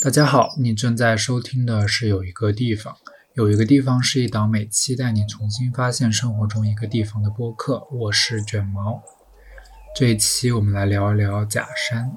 大家好，你正在收听的是有一个地方。有一个地方是一档每期带你重新发现生活中一个地方的播客，我是卷毛。这一期我们来聊一聊假山。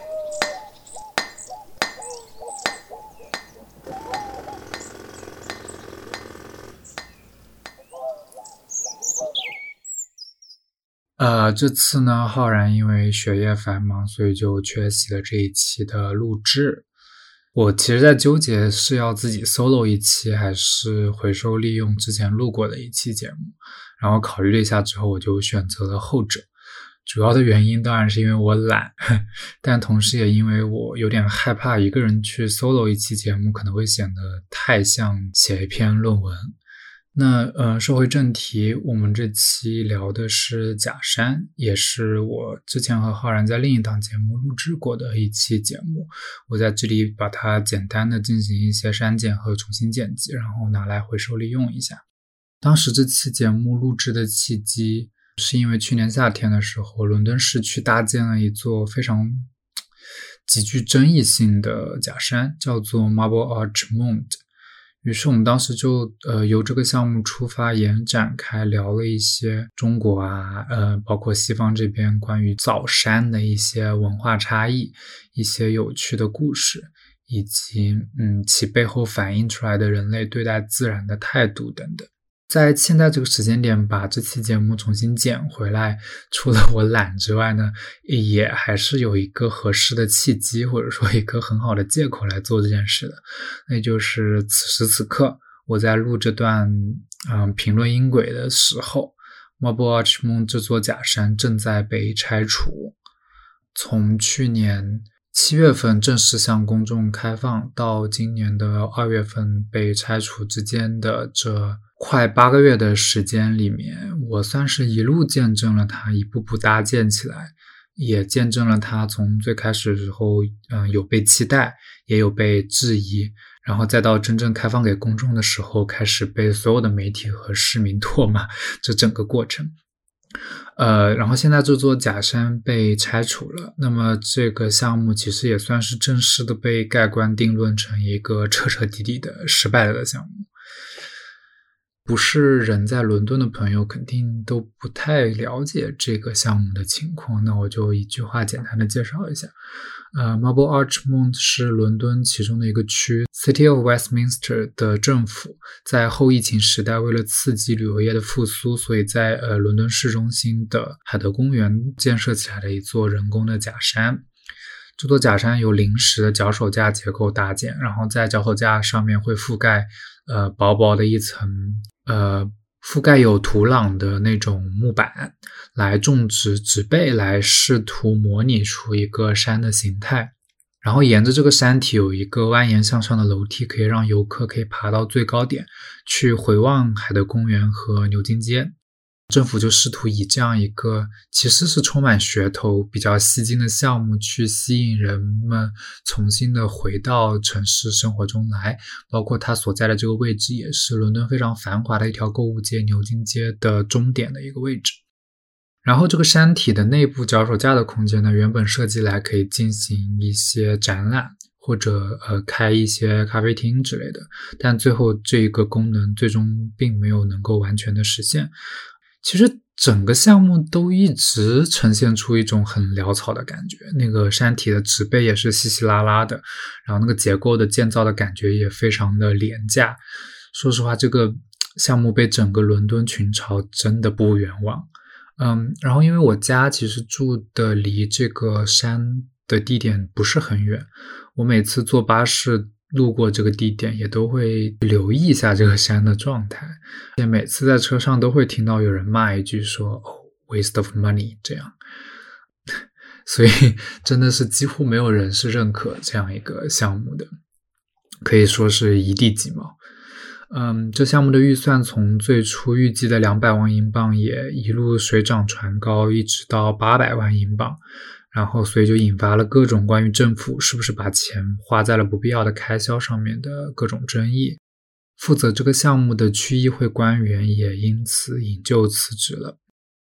这次呢，浩然因为学业繁忙，所以就缺席了这一期的录制。我其实在纠结是要自己 solo 一期，还是回收利用之前录过的一期节目。然后考虑了一下之后，我就选择了后者。主要的原因当然是因为我懒，但同时也因为我有点害怕一个人去 solo 一期节目可能会显得太像写一篇论文。那说回正题，我们这期聊的是假山，也是我之前和浩然在另一档节目录制过的一期节目。我在这里把它简单的进行一些删减和重新剪辑，然后拿来回收利用一下。当时这期节目录制的契机是因为去年夏天的时候，伦敦市区搭建了一座非常极具争议性的假山，叫做 Marble Arch Mound。于是我们当时就由这个项目出发，延展开聊了一些中国包括西方这边关于造山的一些文化差异，一些有趣的故事，以及其背后反映出来的人类对待自然的态度等等。在现在这个时间点把这期节目重新剪回来，除了我懒之外呢，也还是有一个合适的契机，或者说一个很好的借口来做这件事的。那就是此时此刻我在录这段评论音轨的时候， Marble Arch Mound 这座假山正在被拆除。从去年7月份正式向公众开放到今年的2月份被拆除之间的这快8个月的时间里面，我算是一路见证了它一步步搭建起来，也见证了它从最开始的时候有被期待，也有被质疑，然后再到真正开放给公众的时候开始被所有的媒体和市民唾骂这整个过程。然后现在这座假山被拆除了，那么这个项目其实也算是正式的被盖棺定论成一个彻彻底底的失败了的项目。不是人在伦敦的朋友肯定都不太了解这个项目的情况，那我就一句话简单的介绍一下。Marble Arch Mound 是伦敦其中的一个区 City of Westminster 的政府在后疫情时代为了刺激旅游业的复苏，所以在伦敦市中心的海德公园建设起来的一座人工的假山。这座假山由临时的脚手架结构搭建，然后在脚手架上面会覆盖薄薄的一层覆盖有土壤的那种木板，来种植植被，来试图模拟出一个山的形态。然后沿着这个山体有一个蜿蜒向上的楼梯，可以让游客可以爬到最高点去回望海德公园和牛津街。政府就试图以这样一个其实是充满噱头比较吸睛的项目去吸引人们重新的回到城市生活中来，包括它所在的这个位置也是伦敦非常繁华的一条购物街牛津街的终点的一个位置。然后这个山体的内部脚手架的空间呢，原本设计来可以进行一些展览或者开一些咖啡厅之类的，但最后这个功能最终并没有能够完全的实现。其实整个项目都一直呈现出一种很潦草的感觉，那个山体的植被也是稀稀拉拉的，然后那个结构的建造的感觉也非常的廉价。说实话，这个项目被整个伦敦群嘲真的不冤枉。然后因为我家其实住的离这个山的地点不是很远，我每次坐巴士路过这个地点也都会留意一下这个山的状态，也每次在车上都会听到有人骂一句说waste of money 这样。所以真的是几乎没有人是认可这样一个项目的，可以说是一地鸡毛。这项目的预算从最初预计的200万英镑也一路水涨船高，一直到800万英镑，然后所以就引发了各种关于政府是不是把钱花在了不必要的开销上面的各种争议。负责这个项目的区议会官员也因此引咎辞职了。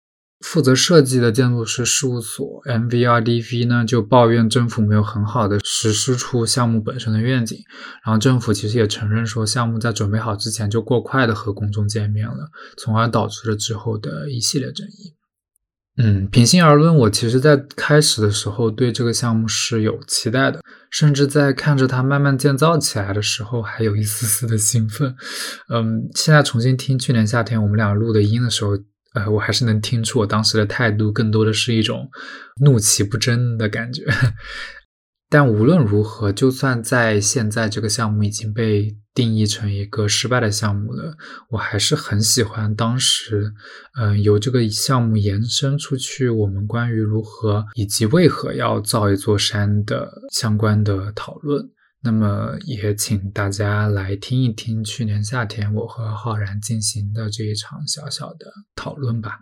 负责设计的建筑师事务所 MVRDV 呢就抱怨政府没有很好的实施出项目本身的愿景，然后政府其实也承认说项目在准备好之前就过快的和公众见面了，从而导致了之后的一系列争议。平心而论，我其实在开始的时候对这个项目是有期待的，甚至在看着它慢慢建造起来的时候还有一丝丝的兴奋。现在重新听去年夏天我们俩录的音的时候，我还是能听出我当时的态度更多的是一种怒其不争的感觉。但无论如何，就算在现在这个项目已经被定义成一个失败的项目了，我还是很喜欢当时由这个项目延伸出去我们关于如何以及为何要造一座山的相关的讨论。那么也请大家来听一听去年夏天我和浩然进行的这一场小小的讨论吧。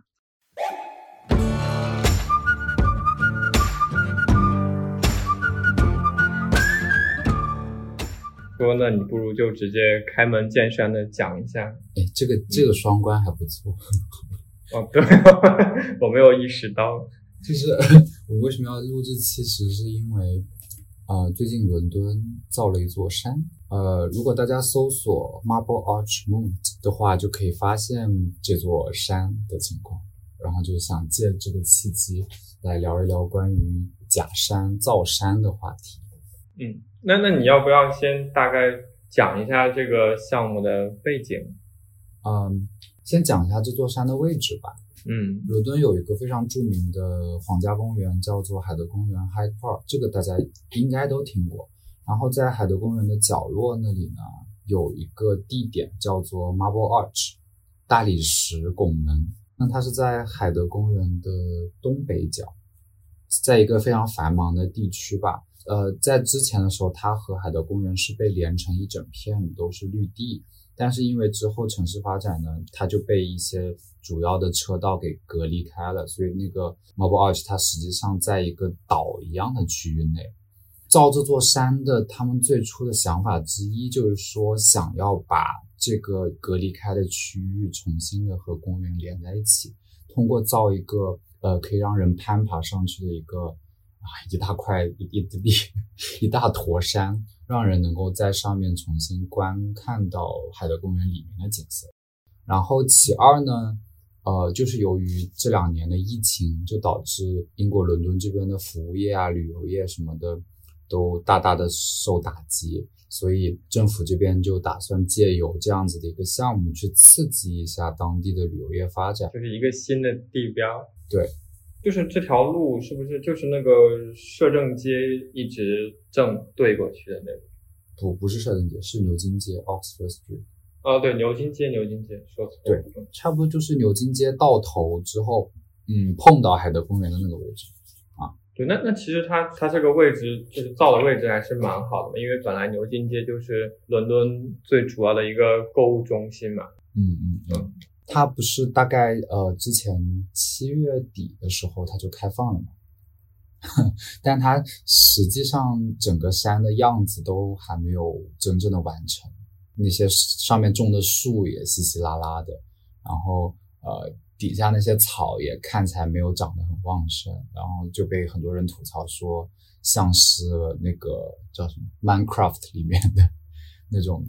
说那你不如就直接开门见山的讲一下。 这个双关还不错。 对，我没有意识到。 就是我为什么要录这期，其实是因为最近伦敦造了一座山。如果大家搜索 Marble Arch Moon 的话，就可以发现这座山的情况。然后就想借这个契机来聊一聊关于假山造山的话题。 那你要不要先大概讲一下这个项目的背景？ 先讲一下这座山的位置吧。伦敦有一个非常著名的皇家公园叫做海德公园 Hyde Park， 这个大家应该都听过。然后在海德公园的角落那里呢，有一个地点叫做 Marble Arch 大理石拱门。那它是在海德公园的东北角，在一个非常繁忙的地区吧。在之前的时候，它和海德公园是被连成一整片都是绿地，但是因为之后城市发展呢，它就被一些主要的车道给隔离开了，所以那个 Marble Arch 它实际上在一个岛一样的区域内。造这座山的他们最初的想法之一就是说，想要把这个隔离开的区域重新的和公园连在一起，通过造一个可以让人攀爬上去的一个一大块一大坨山，让人能够在上面重新观看到海德公园里面的景色。然后其二呢，就是由于这2年的疫情，就导致英国伦敦这边的服务业旅游业什么的都大大的受打击，所以政府这边就打算借由这样子的一个项目去刺激一下当地的旅游业发展， 就是一个新的地标。 对， 就是这条路是不是就是那个摄政街一直正对过去的那个？ 不是摄政街，是牛津街 Oxford Street。 对，牛津街说错。 对，差不多就是牛津街到头之后，碰到海德公园的那个位置啊。 对，那其实它这个位置就是造的位置还是蛮好的嘛，因为本来牛津街就是伦敦最主要的一个购物中心嘛。它不是大概之前7月底的时候它就开放了嘛，但它实际上整个山的样子都还没有真正的完成，那些上面种的树也稀稀拉拉的，然后底下那些草也看起来没有长得很旺盛，然后就被很多人吐槽说像是那个叫什么 Minecraft 里面的那种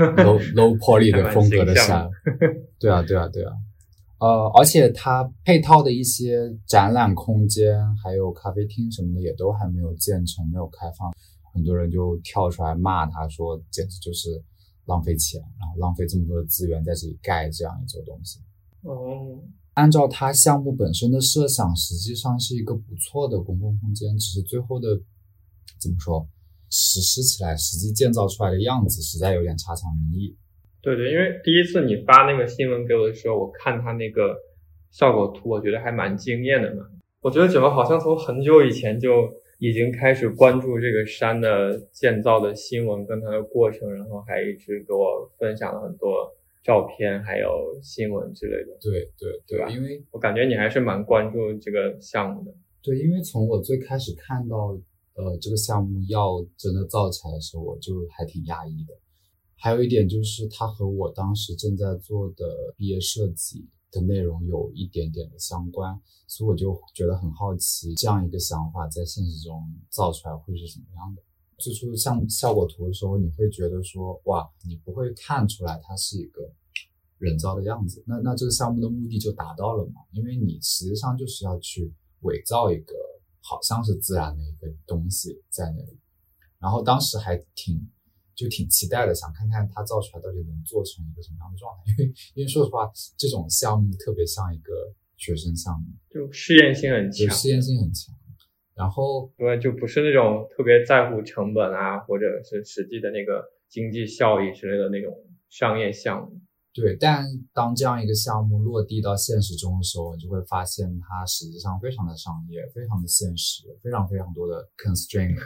low poly 的风格的山。对啊。而且它配套的一些展览空间还有咖啡厅什么的也都还没有建成，没有开放，很多人就跳出来骂他说简直就是浪费钱，然后浪费这么多的资源在这里盖这样一座东西。按照它项目本身的设想，实际上是一个不错的公共空间，只是最后的怎么说实施起来实际建造出来的样子实在有点差强人意。 对，因为第一次你发那个新闻给我的时候，我看它那个效果图，我觉得还蛮惊艳的嘛。我觉得整个好像从很久以前就已经开始关注这个山的建造的新闻跟它的过程，然后还一直给我分享了很多照片还有新闻之类的。 对吧？ 因为我感觉你还是蛮关注这个项目的。 对，因为从我最开始看到这个项目要真的造起来的时候，我就还挺压抑的。还有一点就是它和我当时正在做的毕业设计的内容有一点点的相关，所以我就觉得很好奇，这样一个想法在现实中造出来会是什么样的。最初像效果图的时候，你会觉得说，哇，你不会看出来它是一个人造的样子，那这个项目的目的就达到了嘛？因为你实际上就是要去伪造一个好像是自然的一个东西在那里，然后当时还挺期待的，想看看它造出来到底能做成一个什么样的状态，因为说实话，这种项目特别像一个学生项目， 就试验性很强， 试验性很强。然后对，就不是那种特别在乎成本啊，或者是实际的那个经济效益之类的那种商业项目。 对，但当这样一个项目落地到现实中的时候，你就会发现它实际上非常的商业，非常的现实，非常非常多的 constraint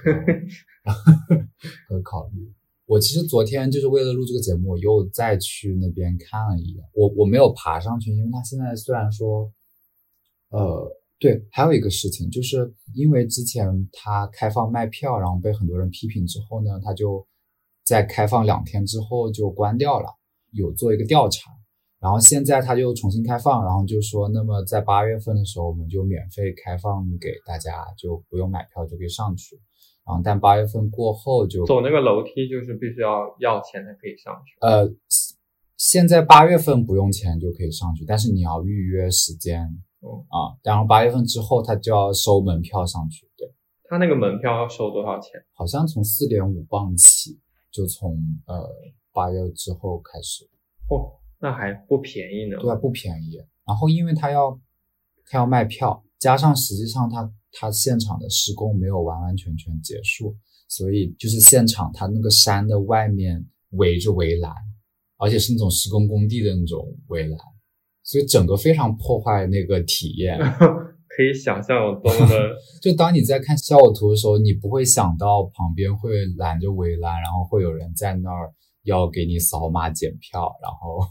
和考虑。我其实昨天就是为了录这个节目，我又再去那边看了一眼。我没有爬上去，因为它现在虽然说对，还有一个事情，就是因为之前它开放卖票，然后被很多人批评之后呢，它就在开放2天之后就关掉了，有做一个调查，然后现在它就重新开放，然后就说那么在8月份的时候我们就免费开放给大家，就不用买票就可以上去，然后但8月份过后就走那个楼梯就是必须要钱才可以上去。 现在8月份不用钱就可以上去，但是你要预约时间。然后8月份之后他就要收门票上去。对， 他那个门票要收多少钱？ 好像从4.5磅起，就从8月之后开始。 那还不便宜呢。 对啊，不便宜。然后因为他要卖票，加上实际上他现场的施工没有完完全全结束，所以就是现场他那个山的外面围着围栏，而且是那种施工工地的那种围栏，所以整个非常破坏那个体验。 可以想象有多么的就当你在看效果图的时候，你不会想到旁边会拦着围栏，然后会有人在那儿要给你扫码检票，然后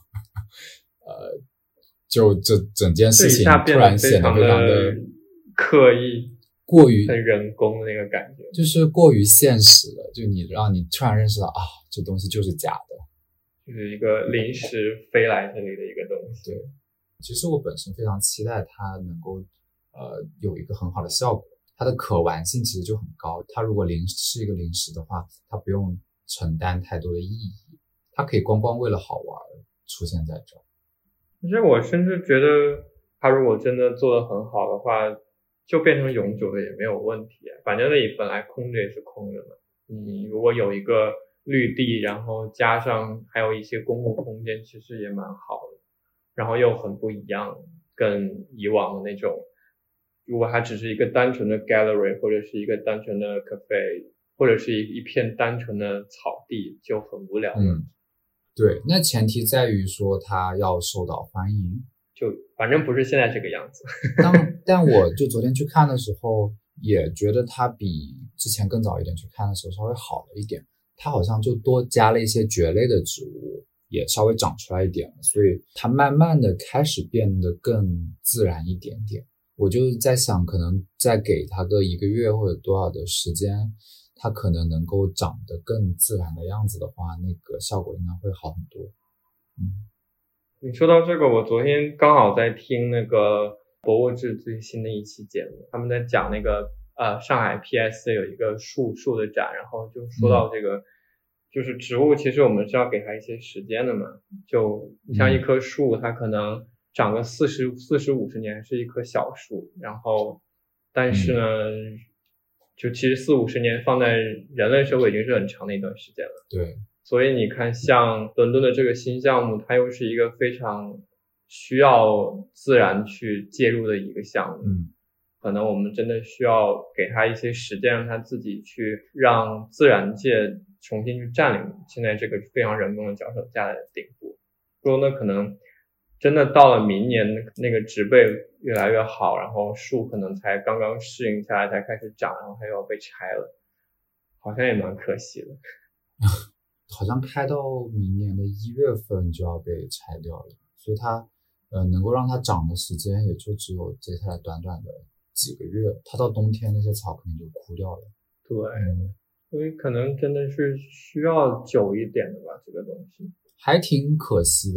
就这整件事情突然显得非常的刻意， 过于很人工的那个感觉， 就是过于现实了，就让你突然认识到啊，这东西就是假的， 就是一个临时飞来这里的一个东西。 对，其实我本身非常期待它能够有一个很好的效果，它的可玩性其实就很高。它如果是一个零食的话，它不用承担太多的意义，它可以光为了好玩出现在这儿。 其实我甚至觉得，它如果真的做得很好的话，就变成永久的也没有问题。反正那里本来空着也是空着嘛，你如果有一个绿地，然后加上还有一些公共空间，其实也蛮好的，然后又很不一样，跟以往的那种，如果它只是一个单纯的 gallery 或者是一个单纯的 cafe 或者是一片单纯的草地，就很无聊。 对，那前提在于说它要受到欢迎， 就反正不是现在这个样子。 但我就昨天去看的时候也觉得它比之前更早一点去看的时候稍微好了一点，它好像就多加了一些蕨类的植物，也稍微长出来一点了，所以它慢慢的开始变得更自然一点点。我就在想，可能再给它个1个月或者多少的时间，它可能能够长得更自然的样子的话，那个效果应该会好很多。 你说到这个，我昨天刚好在听那个博物志最新的一期节目，他们在讲那个上海 PS 有一个树的展，然后就说到这个，就是植物其实我们是要给它一些时间的嘛，就你像一棵树，它可能长个40-50年是一棵小树，然后但是呢就其实40-50年放在人类社会已经是很长的一段时间了。 对， 所以你看像伦敦的这个新项目，它又是一个非常需要自然去介入的一个项目。可能我们真的需要给它一些时间，让它自己去让自然界重新去占领现在这个非常人工的脚手架的顶部。说呢，可能真的到了明年那个植被越来越好，然后树可能才刚刚适应下来才开始长，然后它又要被拆了，好像也蛮可惜的。 好像开到明年的1月份就要被拆掉了，所以它能够让它长的时间也就只有接下来短短的几个月，它到冬天那些草可能就枯掉了。 对，所以可能真的是需要久一点的吧，这个东西。 还挺可惜的吧。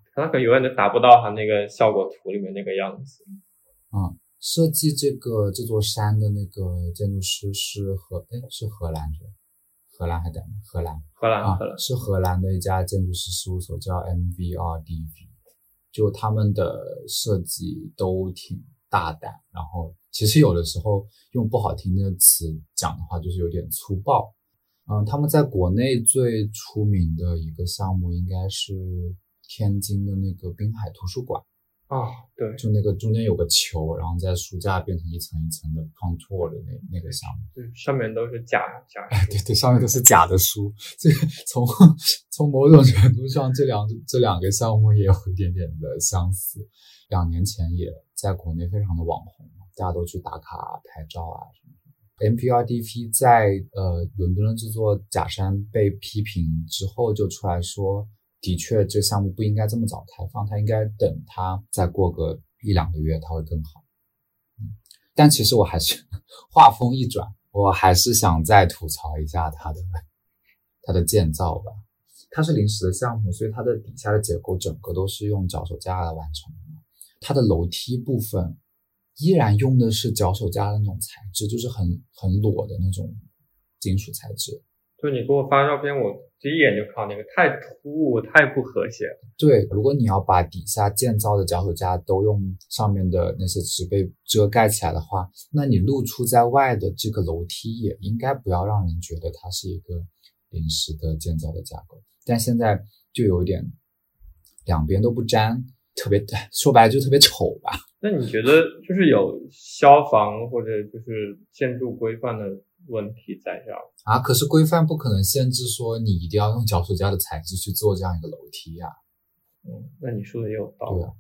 它可能永远都达不到它那个效果图里面那个样子。 设计这座山的那个建筑师是荷兰是吧？荷兰还是荷兰？ 荷兰是荷兰的一家建筑师事务所叫 MVRDV， 就他们的设计都挺大胆，然后其实有的时候用不好听的词讲的话就是有点粗暴。他们在国内最出名的一个项目应该是天津的那个滨海图书馆。 对， 就那个中间有个球，然后在书架变成一层一层的 contour 的那个项目， 上面都是假对，上面都是假的书。这从某种程度上，这两个项目也有一点点的相似。2年前也在国内非常的网红，大家都去打卡拍照啊什么的。MVRDV 在伦敦的这座假山被批评之后，就出来说，的确这个项目不应该这么早开放，它应该等它再过个1-2个月它会更好。但其实我还是话锋一转，我还是想再吐槽一下它的建造吧。它是临时的项目，所以它的底下的结构整个都是用脚手架来完成的。它的楼梯部分依然用的是脚手架的那种材质，就是很裸的那种金属材质。 就你给我发照片，我第一眼就看到那个太突兀，太不和谐了。 对，如果你要把底下建造的脚手架都用上面的那些植被遮盖起来的话，那你露出在外的这个楼梯也应该不要让人觉得它是一个临时的建造的架构。但现在就有点两边都不沾，特别说白了就特别丑吧。 那你觉得就是有消防或者就是建筑规范的问题在这儿可是规范不可能限制说你一定要用脚手架的材质去做这样一个楼梯呀。 那你说的也有道理。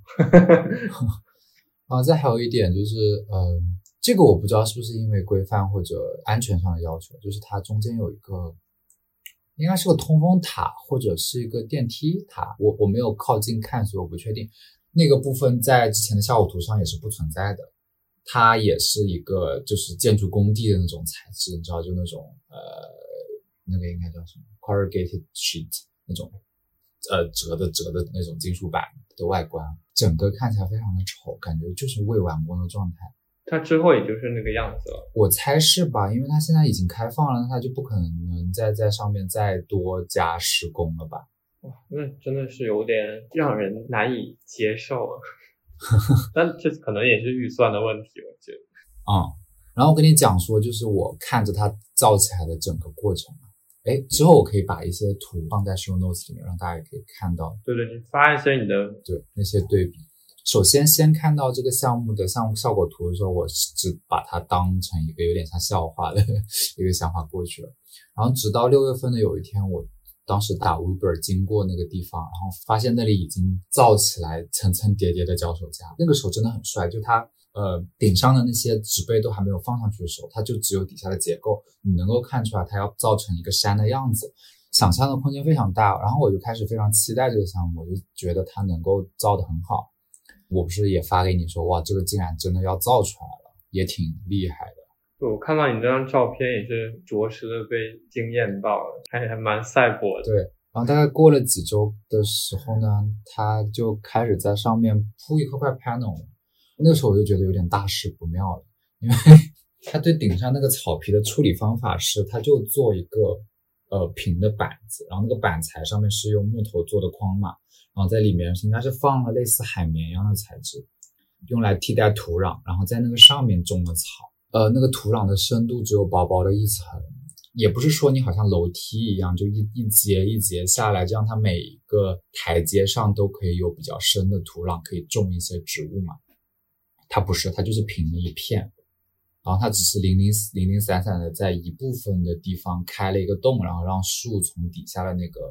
再还有一点就是这个我不知道是不是因为规范或者安全上的要求，就是它中间有一个应该是个通风塔或者是一个电梯塔，我没有靠近看，所以我不确定。那个部分在之前的效果图上也是不存在的，它也是一个就是建筑工地的那种材质，你知道，就那种那个应该叫什么 corrugated sheet 那种折的那种金属板的外观，整个看起来非常的丑，感觉就是未完工的状态。 它之后也就是那个样子了， 我猜是吧？因为它现在已经开放了，那它就不可能再在上面再多加施工了吧？ 哇，那真的是有点让人难以接受了。但这可能也是预算的问题，我觉得。 然后我跟你讲说，就是我看着它造起来的整个过程之后我可以把一些图放在 show notes 里面，让大家也可以看到。 对，你发一些你的那些对比。首先看到这个项目的效果图的时候，我只把它当成一个有点像笑话的一个想法过去了。然后直到6月份的有一天，我当时打 Uber 经过那个地方，然后发现那里已经造起来层层叠叠的脚手架。那个时候真的很帅，就它顶上的那些植被都还没有放上去的时候，它就只有底下的结构，你能够看出来它要造成一个山的样子，想象的空间非常大。然后我就开始非常期待这个项目，我就觉得它能够造得很好。我不是也发给你说，哇，这个竟然真的要造出来了，也挺厉害的。 我看到你这张照片也是着实的被惊艳到了，还蛮赛博的。 对，然后大概过了几周的时候呢，它就开始在上面铺一块 panel 了。那个时候我就觉得有点大事不妙了，因为它对顶上那个草皮的处理方法是，它就做一个平的板子，然后那个板材上面是用木头做的框嘛，然后在里面应该是放了类似海绵一样的材质，用来替代土壤，然后在那个上面种了草。那个土壤的深度只有薄薄的一层，也不是说你好像楼梯一样就一节一节下来，这样它每一个台阶上都可以有比较深的土壤可以种一些植物嘛。它不是，它就是平的一片，然后它只是零零散散的在一部分的地方开了一个洞，然后让树从底下的那个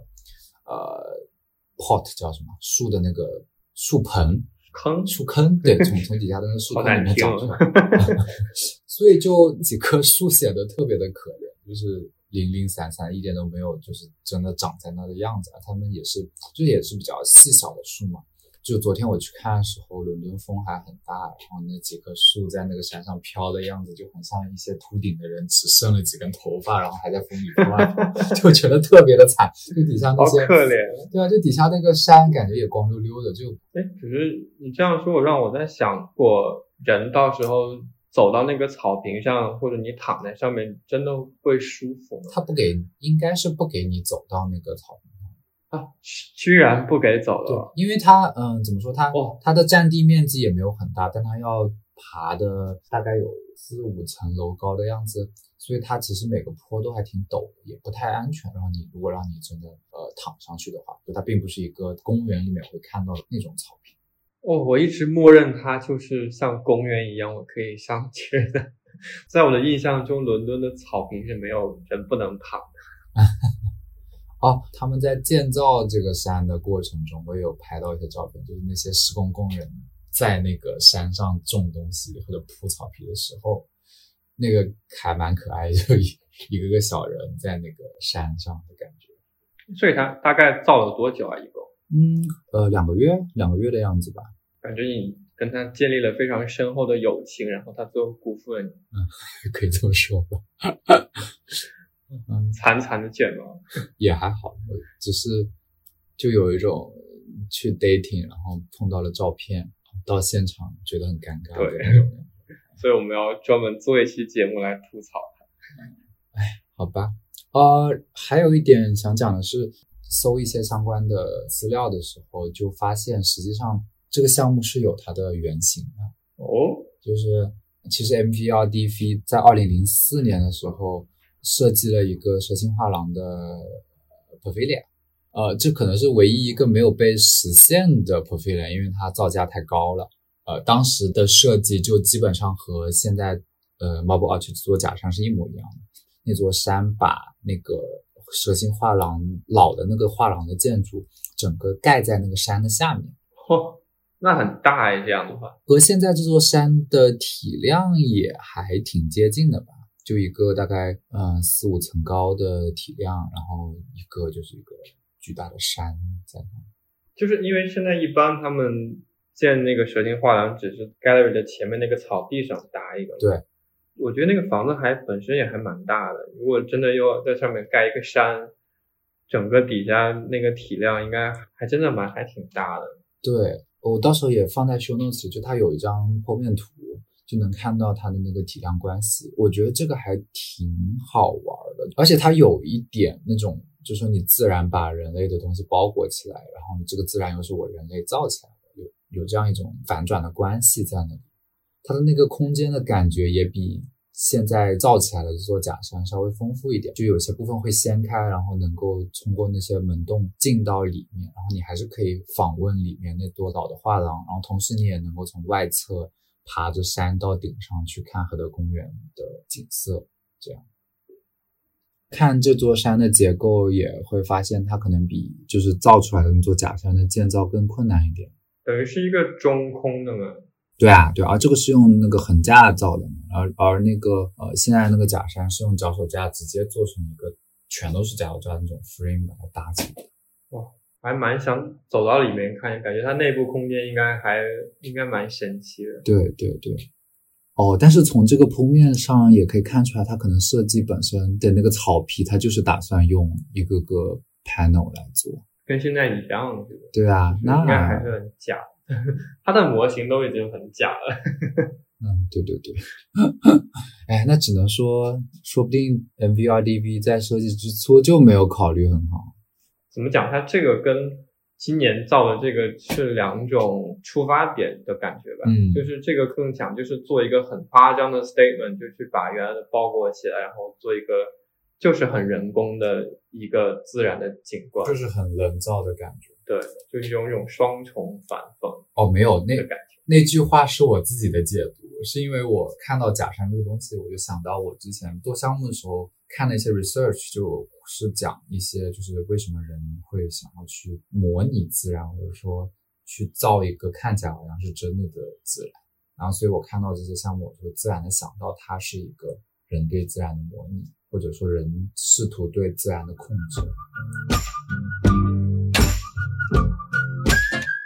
pot 叫什么树的那个树盆树坑，对，从底下的那个树坑里面长出来。所以就几棵树显得特别的可怜，就是零零散散，一点都没有就是真的长在那的样子。它们也是比较细小的树嘛， 就昨天我去看的时候，伦敦风还很大，然后那几棵树在那个山上飘的样子，就很像一些秃顶的人只剩了几根头发，然后还在风里飘啊飘，就觉得特别的惨。就底下那些， 好可怜。 对啊，就底下那个山感觉也光溜溜的，就只是你这样说，让我在想过，人到时候走到那个草坪上，或者你躺在上面，真的会舒服吗？ 他不给，应该是不给你走到那个草坪。 居然不给走了。 对，因为它怎么说，它的占地面积也没有很大，但它要爬的大概有4-5层楼高的样子，所以它其实每个坡都还挺陡的，也不太安全。如果让你真的躺上去的话，就它并不是一个公园里面会看到的那种草坪。 我一直默认它就是像公园一样我可以上去的。在我的印象中，伦敦的草坪是没有人不能躺的。 他们在建造这个山的过程中，我也有拍到一些照片，就是那些施工工人在那个山上种东西或者铺草皮的时候，那个还蛮可爱，就一个个小人在那个山上的感觉。 所以他大概造了多久啊？一共 2个月的样子吧。 感觉你跟他建立了非常深厚的友情，然后他最后辜负了你。 可以这么说吧。 惨惨的卷毛。 也还好，只是就有一种去 dating 然后碰到了照片，到现场觉得很尴尬。 对，所以我们要专门做一期节目来吐槽它。 好吧。还有一点想讲的是，搜一些相关的资料的时候，就发现实际上这个项目是有它的原型的。就是其实 MVRDV 在2004年的时候设计了一个蛇形画廊的 pavilion， 这可能是唯一一个没有被实现的 pavilion， 因为它造价太高了。当时的设计就基本上和现在Marble Arch 这座假山是一模一样的。那座山把那个蛇形画廊老的那个画廊的建筑整个盖在那个山的下面。 那很大这样的话， 和现在这座山的体量也还挺接近的吧。就一个大概4-5层高的体量，然后一个就是一个巨大的山在那。 就是因为现在一般他们建那个蛇形画廊只是 gallery 的前面那个草地上搭一个。对，我觉得那个房子本身也还蛮大的，如果真的又在上面盖一个山，整个底下那个体量应该还真的还挺大的。对，我到时候也放在 show notes 里，就它有一张剖面图，就能看到它的那个体量关系。我觉得这个还挺好玩的，而且它有一点那种就是说你自然把人类的东西包裹起来，然后这个自然又是我人类造起来的，有这样一种反转的关系在那里。它的那个空间的感觉也比现在造起来的这座假山稍微丰富一点，就有些部分会掀开，然后能够通过那些门洞进到里面，然后你还是可以访问里面那座老的画廊，然后同时你也能够从外侧爬着山到顶上去看荷德公园的景色。这样看这座山的结构也会发现它可能比就是造出来的那座假山的建造更困难一点，等于是一个中空的嘛。对啊，对啊，这个是用那个横架造的，而那个现在那个假山是用脚手架直接做成一个全都是脚手架的那种 frame 把它搭起来。哇，还蛮想走到里面看，感觉它内部空间应该蛮神奇的。对对对。但是从这个铺面上也可以看出来，它可能设计本身的那个草皮，它就是打算用一个个 panel 来做，跟现在一样。对啊，那应该还是很假。它的模型都已经很假了。对对对。那只能说不定 MVRDV 在设计之初就没有考虑很好。怎么讲，它这个跟今年造的这个是两种出发点的感觉吧。就是这个更讲就是做一个很夸张的 statement， 就去把原来的包裹起来，然后做一个就是很人工的一个自然的景观，就是很人造的感觉。对，就是有一种双重反讽。没有，那句话是我自己的解读，是因为我看到假山这个东西，我就想到我之前做项目的时候看了一些 research， 就是讲一些就是为什么人会想要去模拟自然，或者说去造一个看起来好像是真的自然。然后所以我看到这些项目，我就会自然的想到它是一个人对自然的模拟，或者说人试图对自然的控制。其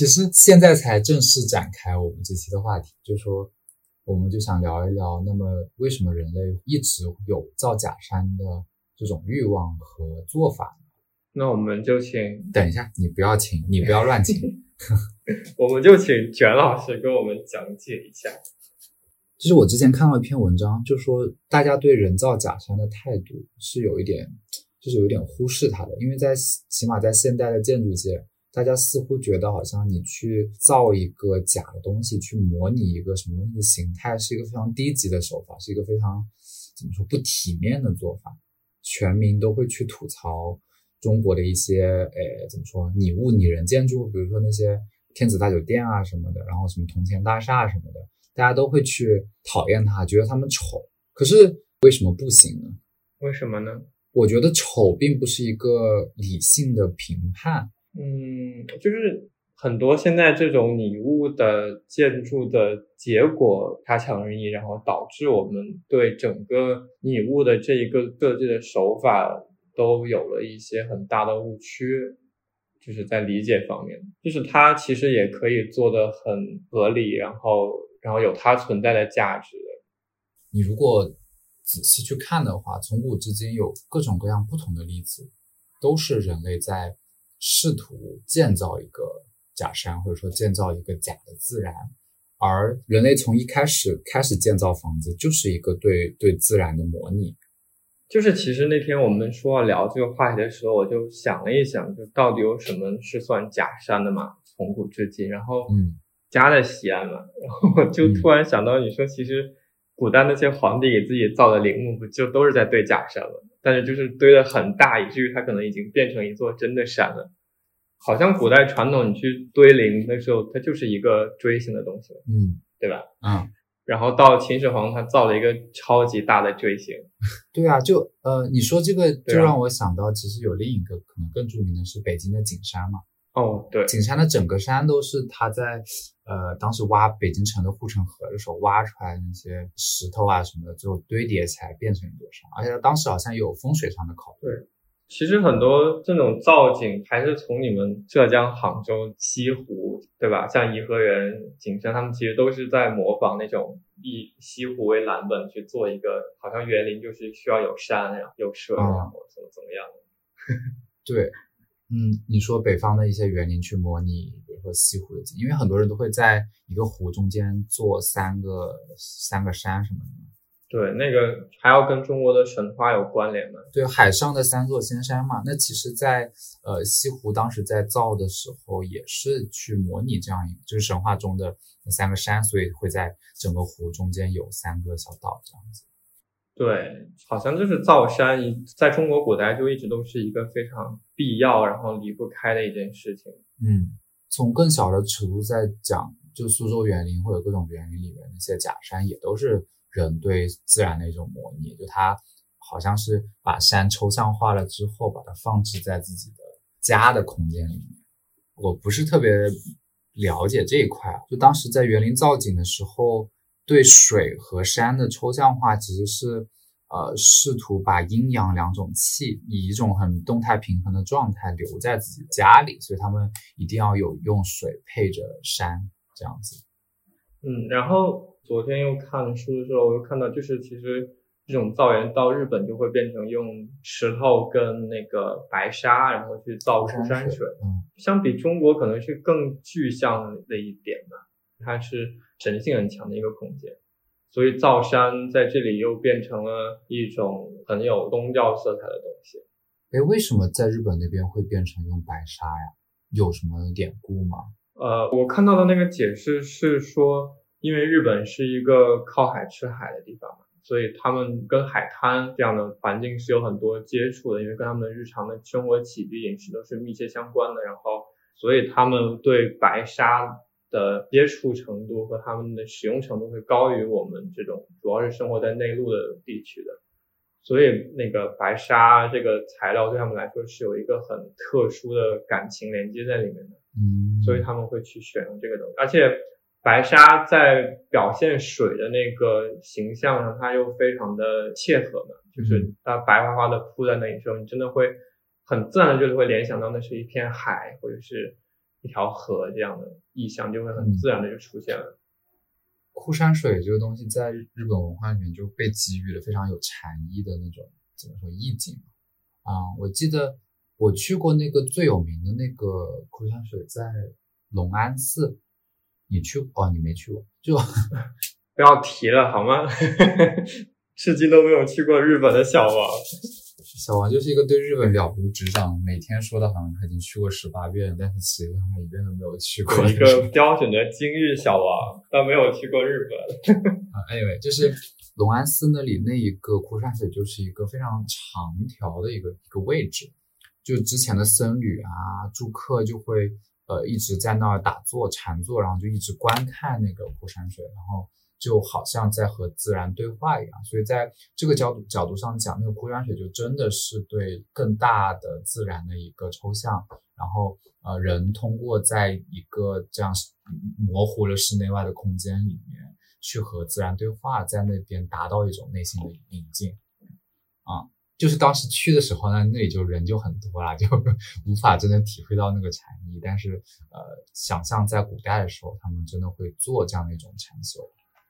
其实现在才正式展开我们这期的话题，就是说我们就想聊一聊，那么为什么人类一直有造假山的这种欲望和做法呢？ 那我们就请， 等一下，你不要乱请我们就请卷老师跟我们讲解一下。 其实我之前看到一篇文章，就说大家对人造假山的态度是有一点忽视它的，因为起码在现代的建筑界，大家似乎觉得好像你去造一个假的东西，去模拟一个什么东西的形态，是一个非常低级的手法，是一个非常怎么说不体面的做法。全民都会去吐槽中国的一些怎么说拟物拟人建筑，比如说那些天子大酒店啊什么的，然后什么铜钱大厦什么的，大家都会去讨厌它，觉得它们丑。可是为什么不行呢？ 为什么呢？ 我觉得丑并不是一个理性的评判。 就是很多现在这种拟物的建筑的结果差强人意，然后导致我们对整个拟物的这一个设计的手法都有了一些很大的误区，就是在理解方面，就是它其实也可以做得很合理，然后有它存在的价值的。 你如果仔细去看的话，从古至今有各种各样不同的例子，都是人类在试图建造一个假山，或者说建造一个假的自然。而人类从一开始建造房子，就是一个对自然的模拟。 就是其实那天我们说要聊这个话题的时候，我就想了一想，就到底有什么是算假山的嘛，从古至今，然后家在西安嘛，然后我就突然想到，你说其实古代那些皇帝给自己造的陵墓不就都是在堆假山吗？但是就是堆得很大，以至于它可能已经变成一座真的山了。好像古代传统你去堆陵的时候，它就是一个锥形的东西，对吧？然后到秦始皇他造了一个超级大的锥形。 对啊，你说这个就让我想到，其实有另一个可能更著名的是北京的景山嘛。 对， 景山的整个山都是他在当时挖北京城的护城河的时候挖出来的那些石头啊什么的，最后堆叠起来变成一座山，而且他当时好像有风水上的考虑。 对，其实很多这种造景还是从你们浙江杭州西湖，对吧？像颐和园、景山，他们其实都是在模仿那种以西湖为蓝本去做一个，好像园林就是需要有山然后有水然后怎么样的。 对，你说北方的一些园林去模拟比如说西湖的景，因为很多人都会在一个湖中间做三个山什么的。 对，那个还要跟中国的神话有关联嘛？ 对，海上的三座仙山嘛。那其实在西湖当时在造的时候也是去模拟这样一个，就是神话中的那三个山，所以会在整个湖中间有三个小岛这样子。 对，好像就是造山在中国古代就一直都是一个非常必要然后离不开的一件事情。 从更小的尺度在讲，就苏州园林或者各种园林里面那些假山也都是人对自然的一种模拟，就它好像是把山抽象化了之后把它放置在自己的家的空间里面。我不是特别了解这一块，就当时在园林造景的时候，对水和山的抽象化其实是试图把阴阳两种气以一种很动态平衡的状态留在自己家里，所以他们一定要有用水配着山这样子。 然后昨天又看书的时候，我又看到就是其实这种造园到日本就会变成用石头跟那个白沙然后去造出山水。相比中国可能是更具象的一点嘛，它是神性很强的一个空间，所以造山在这里又变成了一种很有宗教色彩的东西。 为什么在日本那边会变成用白沙呀？有什么典故吗？ 我看到的那个解释是说，因为日本是一个靠海吃海的地方嘛，所以他们跟海滩这样的环境是有很多接触的，因为跟他们日常的生活起居饮食都是密切相关的，然后所以他们对白沙的接触程度和他们的使用程度会高于我们这种主要是生活在内陆的地区的，所以那个白沙这个材料对他们来说是有一个很特殊的感情连接在里面的，所以他们会去选用这个东西。而且白沙在表现水的那个形象上它又非常的切合嘛，就是它白花花的铺在那里的时候，你真的会很自然的就会联想到那是一片海或者是一条河这样的意象就会很自然的就出现了。 枯山水这个东西在日本文化里面就被给予了非常有禅意的那种怎么说意境我记得我去过那个最有名的那个枯山水在龙安寺，你去你没去过，就不要提了好吗？至今都没有去过日本的小王。 小王就是一个对日本了如指掌，每天说的好像他已经去过18遍，但是实际上他一遍都没有去过。 一个标准的今日小王，但没有去过日本。 anyway， 就是龙安寺那里那一个枯山水就是一个非常长条的一个位置，就之前的僧侣住客就会一直在那儿打坐禅坐，然后就一直观看那个枯山水，然后就好像在和自然对话一样。所以在这个角度上讲，那个枯山水就真的是对更大的自然的一个抽象，然后人通过在一个这样模糊了室内外的空间里面去和自然对话，在那边达到一种内心的宁静就是当时去的时候呢，那里就人就很多啦，就无法真的体会到那个禅意，但是想象在古代的时候他们真的会做这样的一种禅修。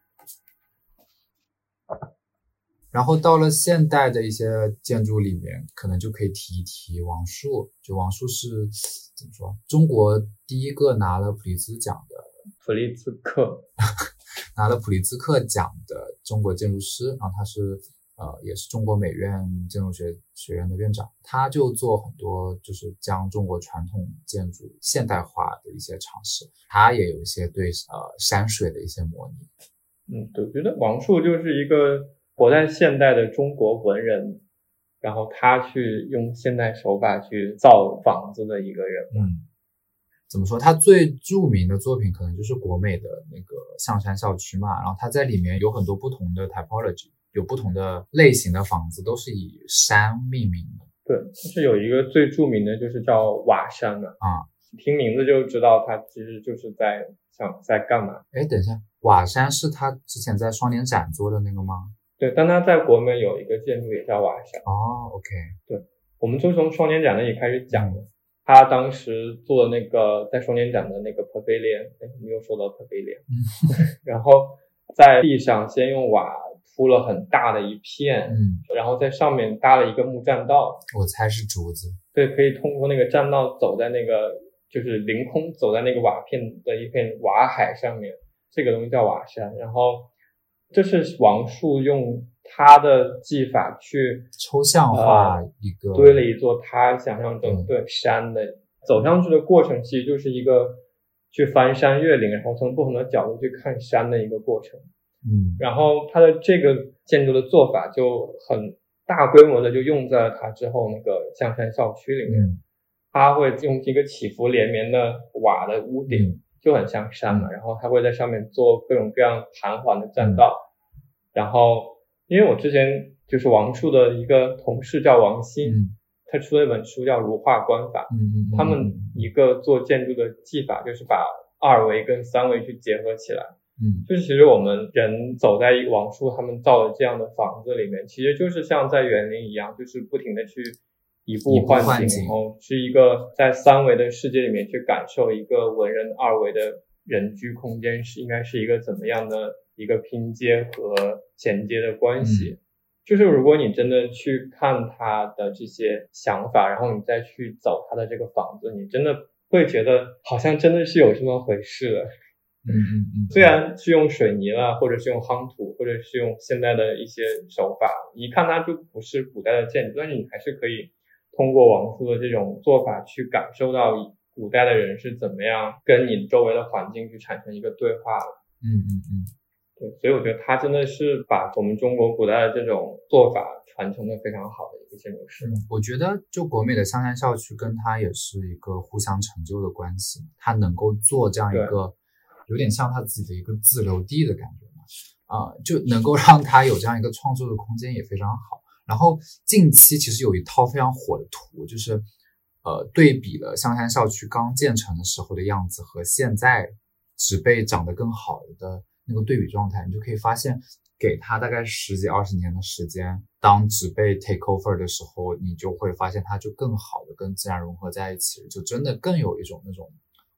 然后到了现代的一些建筑里面，可能就可以提一提王树。就王树是怎么说，中国第一个拿了普利兹奖的普利兹克拿了普利兹克奖的中国建筑师，然后他是也是中国美院建筑学院的院长，他就做很多就是将中国传统建筑现代化的一些尝试，他也有一些对山水的一些模拟。 对，我觉得王树就是一个活在现代的中国文人，然后他去用现代手法去造房子的一个人。 怎么说，他最著名的作品可能就是国美的那个象山校区嘛，然后他在里面有很多不同的 typology， 有不同的类型的房子都是以山命名的。 对，就是有一个最著名的就是叫瓦山的听名字就知道他其实就是在干嘛。 等一下，瓦山是他之前在双年展做的那个吗？ 对，但他在国美有一个建筑也叫瓦山。 OK。 对，我们就从双年展那里开始讲的。他当时做的那个在双年展的那个 pavilion， 你又说到 pavilion， 然后在地上先用瓦铺了很大的一片，然后在上面搭了一个木栈道， 我猜是竹子。 对，可以通过那个栈道走在那个就是凌空走在那个瓦片的一片瓦海上面，这个东西叫瓦山。然后这是王树用他的技法去抽象化一个堆了一座他想象中对山的走上去的过程，其实就是一个去翻山越岭，然后从不同的角度去看山的一个过程。然后他的这个建筑的做法就很大规模的就用在了他之后那个象山校区里面。他会用一个起伏连绵的瓦的屋顶，就很像山嘛，然后他会在上面做各种各样盘桓的栈道。然后因为我之前就是王树的一个同事叫王鑫，他出了一本书叫如画观法，他们一个做建筑的技法就是把2维跟3维去结合起来。就是其实我们人走在王树他们造的这样的房子里面，其实就是像在园林一样，就是不停的去移步换景，然后是一个在3维的世界里面去感受一个文人2维的人居空间是应该是一个怎么样的一个拼接和衔接的关系。就是如果你真的去看他的这些想法，然后你再去走他的这个房子，你真的会觉得好像真的是有这么回事了。虽然是用水泥了，或者是用夯土，或者是用现代的一些手法，一看它就不是古代的建筑，但是你还是可以通过王树的这种做法去感受到古代的人是怎么样跟你周围的环境去产生一个对话的。对，所以我觉得他真的是把我们中国古代的这种做法传承的非常好的一个建筑师。 我觉得就国美的象山校区跟他也是一个互相成就的关系，他能够做这样一个有点像他自己的一个自留地的感觉嘛，就能够让他有这样一个创作的空间也非常好。然后近期其实有一套非常火的图，就是对比了象山校区刚建成的时候的样子和现在植被长得更好的那个对比状态，你就可以发现给它大概10几20年的时间，当植被 take over 的时候，你就会发现它就更好的跟自然融合在一起，就真的更有一种那种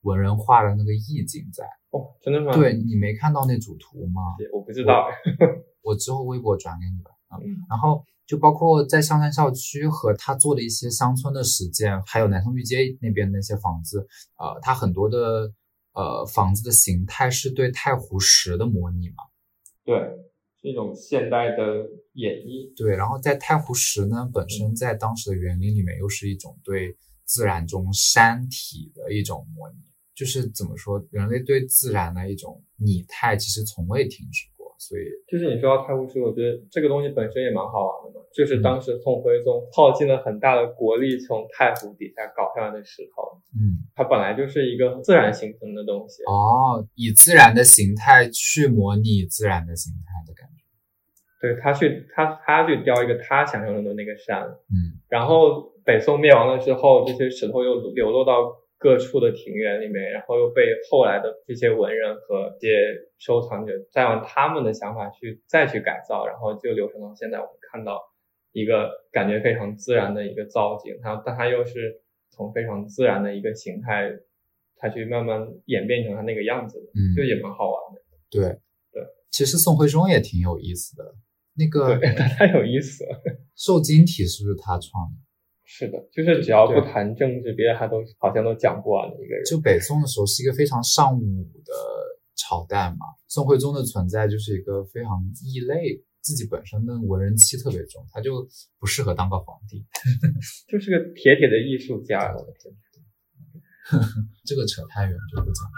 文人画的那个意境在。 哦，真的吗？ 对，你没看到那组图吗？ 我不知道。 我之后微博转给你吧。然后就包括在香山校区和他做的一些乡村的实践，还有南松峪街那边的那些房子，它很多的房子的形态是对太湖石的模拟嘛。 对，是一种现代的演绎。 对，然后在太湖石呢，本身在当时的园林里面又是一种对自然中山体的一种模拟，就是怎么说，人类对自然的一种拟态其实从未停止过。所以就是你说到太湖石，我觉得这个东西本身也蛮好玩的嘛，就是当时宋徽宗耗尽了很大的国力从太湖底下搞上来的石头，它本来就是一个自然形成的东西。 以自然的形态去模拟自然的形态的感觉。 对，他去雕一个他想象中的那个山，然后北宋灭亡了之后，这些石头又流落到各处的庭园里面，然后又被后来的这些文人和这些收藏者再用他们的想法再去改造，然后就流传到现在我们看到一个感觉非常自然的一个造景，但它又是从非常自然的一个形态，它去慢慢演变成它那个样子的，就也蛮好玩的。 对，其实宋徽宗也挺有意思的，那个对，太有意思了。 瘦金体是不是他创的？ 是的，就是只要不谈政治，别的他都好像都讲不完的一个人。 就北宋的时候是一个非常尚武的朝代嘛，宋徽宗的存在就是一个非常异类，自己本身的文人气特别重，他就不适合当个皇帝。 就是个铁的艺术家。我的天， 这个扯太远就不讲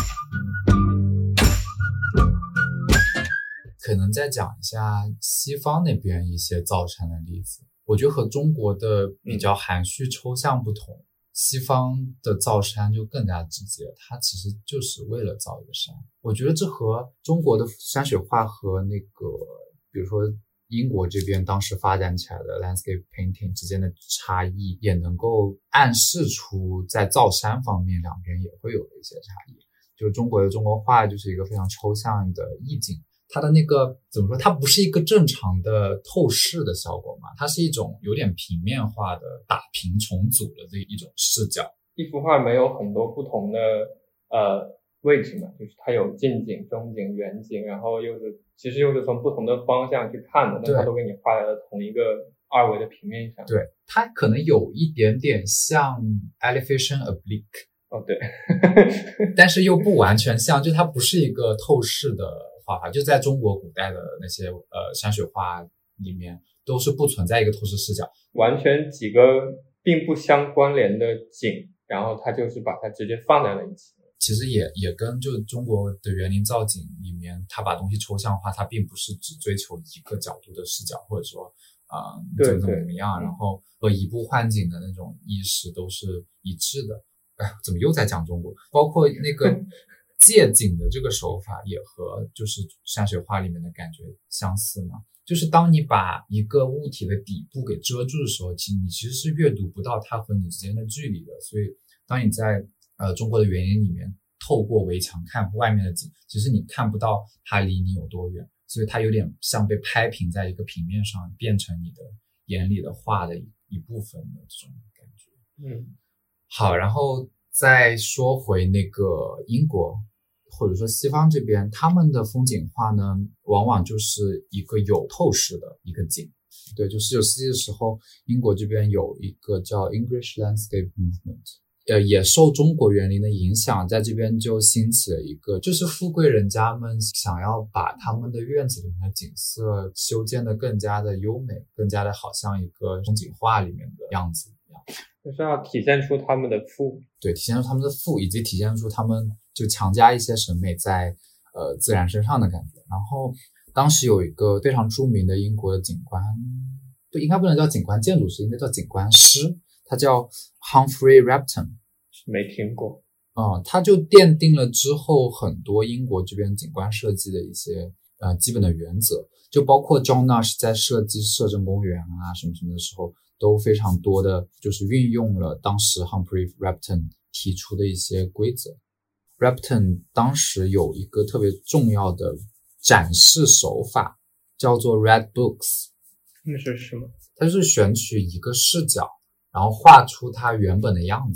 了。可能再讲一下西方那边一些造山的例子。我觉得和中国的比较含蓄抽象不同，西方的造山就更加直接，它其实就是为了造一个山。我觉得这和中国的山水画和那个比如说英国这边当时发展起来的 landscape painting 之间的差异，也能够暗示出在造山方面两边也会有的一些差异。就中国的中国画就是一个非常抽象的意境，它的那个怎么说，它不是一个正常的透视的效果嘛，它是一种有点平面化的打平重组的这一种视角。 一幅画没有很多不同的位置嘛，就是它有近景、中景、远景，然后其实又是从不同的方向去看的，但它都给你画在了同一个二维的平面上。 对，它可能有一点点像 elevation oblique。 对。 但是又不完全像，就它不是一个透视的画法，就在中国古代的那些山水画里面都是不存在一个透视视角， 完全几个并不相关联的景，然后它就是把它直接放在了一起。 其实也跟就中国的园林造景里面，它把东西抽象化，它并不是只追求一个角度的视角，或者说怎么样，然后和移步换景的那种意识都是一致的。怎么又在讲中国？包括那个借景的这个手法也和就是山水画里面的感觉相似嘛。就是当你把一个物体的底部给遮住的时候，你其实是阅读不到它和你之间的距离的。所以当你在中国的园林里面透过围墙看外面的景，其实你看不到它离你有多远，所以它有点像被拍平在一个平面上，变成你的眼里的画的一部分的这种感觉。好，然后再说回那个英国或者说西方这边，他们的风景画呢，往往就是一个有透视的一个景。对，就19世纪的时候，英国这边有一个叫 English Landscape Movement，也受中国园林的影响，在这边就兴起了一个，就是富贵人家们想要把他们的院子里面的景色修建得更加的优美，更加的好像一个风景画里面的样子一样。 就是要体现出他们的富， 对，体现出他们的富，以及体现出他们就强加一些审美在自然身上的感觉。然后当时有一个非常著名的英国的景观，对，应该不能叫景观建筑师，应该叫景观师，他叫 Humphrey Repton。 没听过。 他就奠定了之后很多英国这边景观设计的一些基本的原则，就包括 John Nash 在设计摄政公园啊什么什么的时候，都非常多的就是运用了当时 Humphrey Repton 提出的一些规则。Repton 当时有一个特别重要的展示手法，叫做 Red Books。 那是什么？ 它就是选取一个视角，然后画出它原本的样子，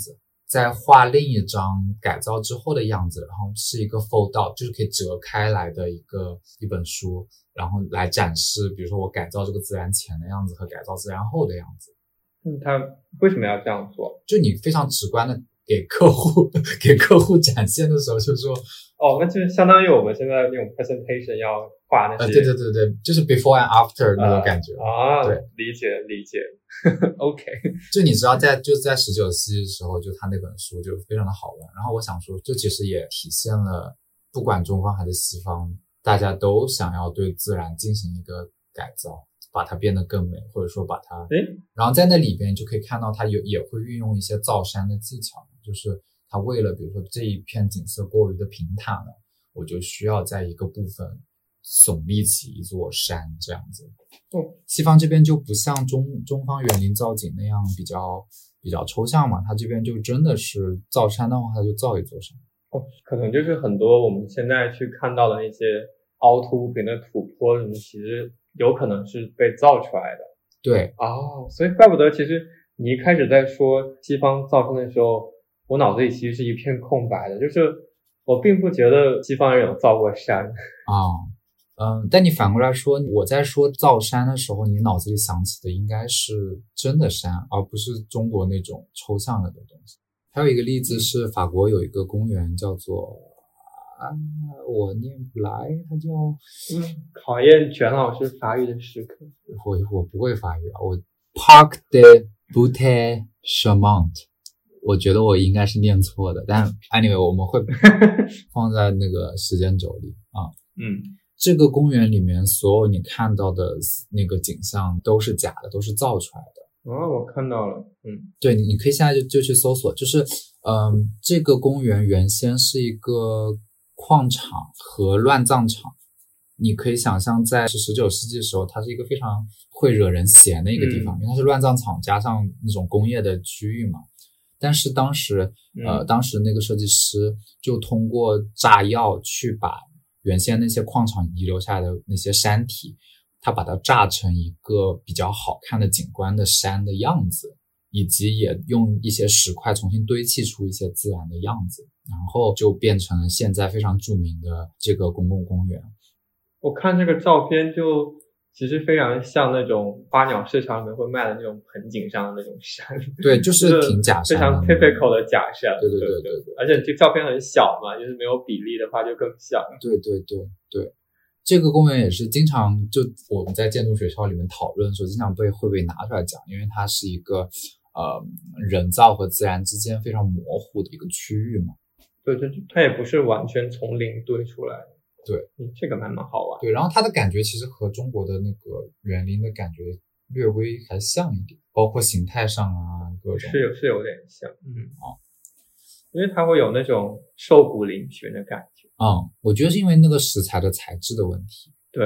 再画另一张改造之后的样子，然后是一个 fold out， 就是可以折开来的一本书，然后来展示比如说我改造这个自然前的样子和改造自然后的样子。 他为什么要这样做？ 就你非常直观的给客户展现的时候，就说那就是相当于我们现在那种 presentation 要画那些对，就是 before and after 那种感觉对， 理解OK， 就你知道在19世纪的时候，就他那本书就非常的好玩。然后我想说，就其实也体现了不管中方还是西方，大家都想要对自然进行一个改造，把它变得更美，或者说把它然后在那里边就可以看到它也会运用一些造山的技巧，就是它为了比如说这一片景色过于的平坦了，我就需要在一个部分耸立起一座山这样子。西方这边就不像中方园林造景那样比较抽象嘛，它这边就真的是造山的话，它就造一座山。 可能就是很多我们现在去看到的那些凹凸不平的土坡什么，其实有可能是被造出来的。 对所以怪不得其实你一开始在说西方造山的时候，我脑子里其实是一片空白的，就是我并不觉得西方人有造过山但你反过来说，我在说造山的时候，你脑子里想起的应该是真的山，而不是中国那种抽象了的东西。还有一个例子是法国有一个公园叫做我念不来，它叫考验全老师法语的时刻。 我不会法语我 Parc de Butte-Chaumont， 我觉得我应该是念错的，但 anyway 我们会放在那个时间轴里这个公园里面所有你看到的那个景象都是假的，都是造出来的。 我看到了。 对，你可以现在就去搜索，就是这个公园原先是一个矿场和乱葬场。你可以想象在19世纪的时候，它是一个非常会惹人嫌的一个地方，因为它是乱葬场加上那种工业的区域嘛。但是当时那个设计师就通过炸药去把原先那些矿场遗留下来的那些山体，他把它炸成一个比较好看的景观的山的样子，以及也用一些石块重新堆砌出一些自然的样子，然后就变成了现在非常著名的这个公共公园。 我看这个照片就其实非常像那种花鸟市场里面会卖的那种盆景上的那种山。 对，就是挺假山的， 非常 typical 的假山。 对， 而且这照片很小嘛，就是没有比例的话就更像。 对，这个公园也是经常就我们在建筑学校里面讨论的时候，经常会被拿出来讲，因为它是一个人造和自然之间非常模糊的一个区域嘛。 对，它也不是完全从零堆出来的。 对， 这个蛮好玩。 对，然后它的感觉其实和中国的那个园林的感觉略微还像一点，包括形态上各种是有点像。因为它会有那种瘦骨嶙峋的感觉。 我觉得是因为那个石材的材质的问题。 对，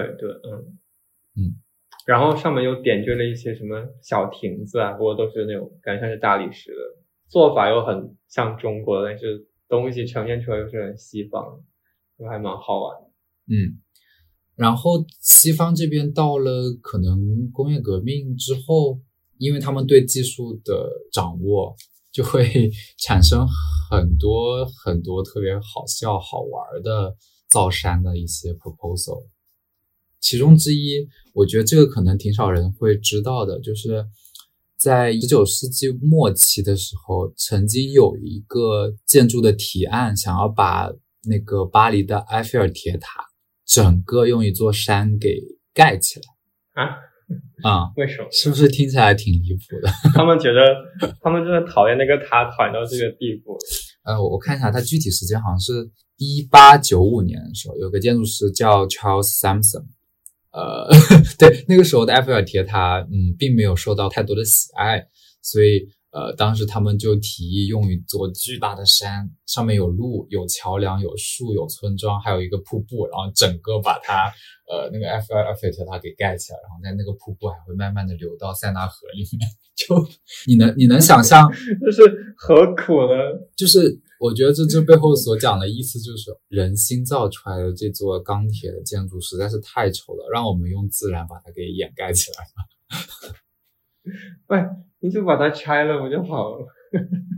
然后上面又点缀了一些什么小亭子不过都是那种感觉像是大理石的，做法又很像中国的，但是东西呈现出来又是很西方的，就还蛮好玩的。 然后西方这边到了可能工业革命之后，因为他们对技术的掌握，就会产生很多很多特别好笑好玩的造山的一些 proposal。 其中之一我觉得这个可能挺少人会知道的，就是在19世纪末期的时候，曾经有一个建筑的提案，想要把那个巴黎的埃菲尔铁塔整个用一座山给盖起来。 为什么？ 是不是听起来挺离谱的？ 他们觉得他们真的讨厌那个塔讨厌到这个地步。 我看一下它具体时间好像是1895年的时候，有个建筑师叫 Charles Sampson。对，那个时候的埃菲尔铁塔并没有受到太多的喜爱，所以当时他们就提议用一座巨大的山，上面有路有桥梁有树有村庄还有一个瀑布，然后整个把它那个埃菲尔铁塔给盖起来，然后在那个瀑布还会慢慢的流到塞纳河里面。就你能想象这是何苦呢？ 就是我觉得这背后所讲的意思就是人新造出来的这座钢铁的建筑实在是太丑了，让我们用自然把它给掩盖起来了。 喂，你就把它拆了不就好了？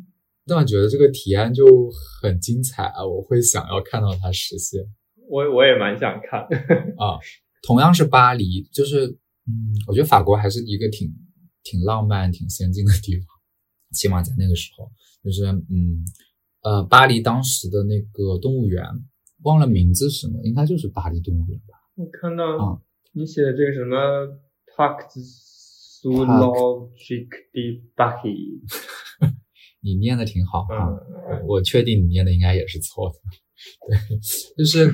但我觉得这个提案就很精彩啊，我会想要看到它实现。 我也蛮想看啊。同样是巴黎，就是我觉得法国还是一个挺浪漫、挺先进的地方，起码在那个时候，就是巴黎当时的那个动物园，忘了名字是什么，应该就是巴黎动物园吧。 我看到你写的这个什么 Parc Zoologique de Paris 你念的挺好啊，我确定你念的应该也是错的。对，就是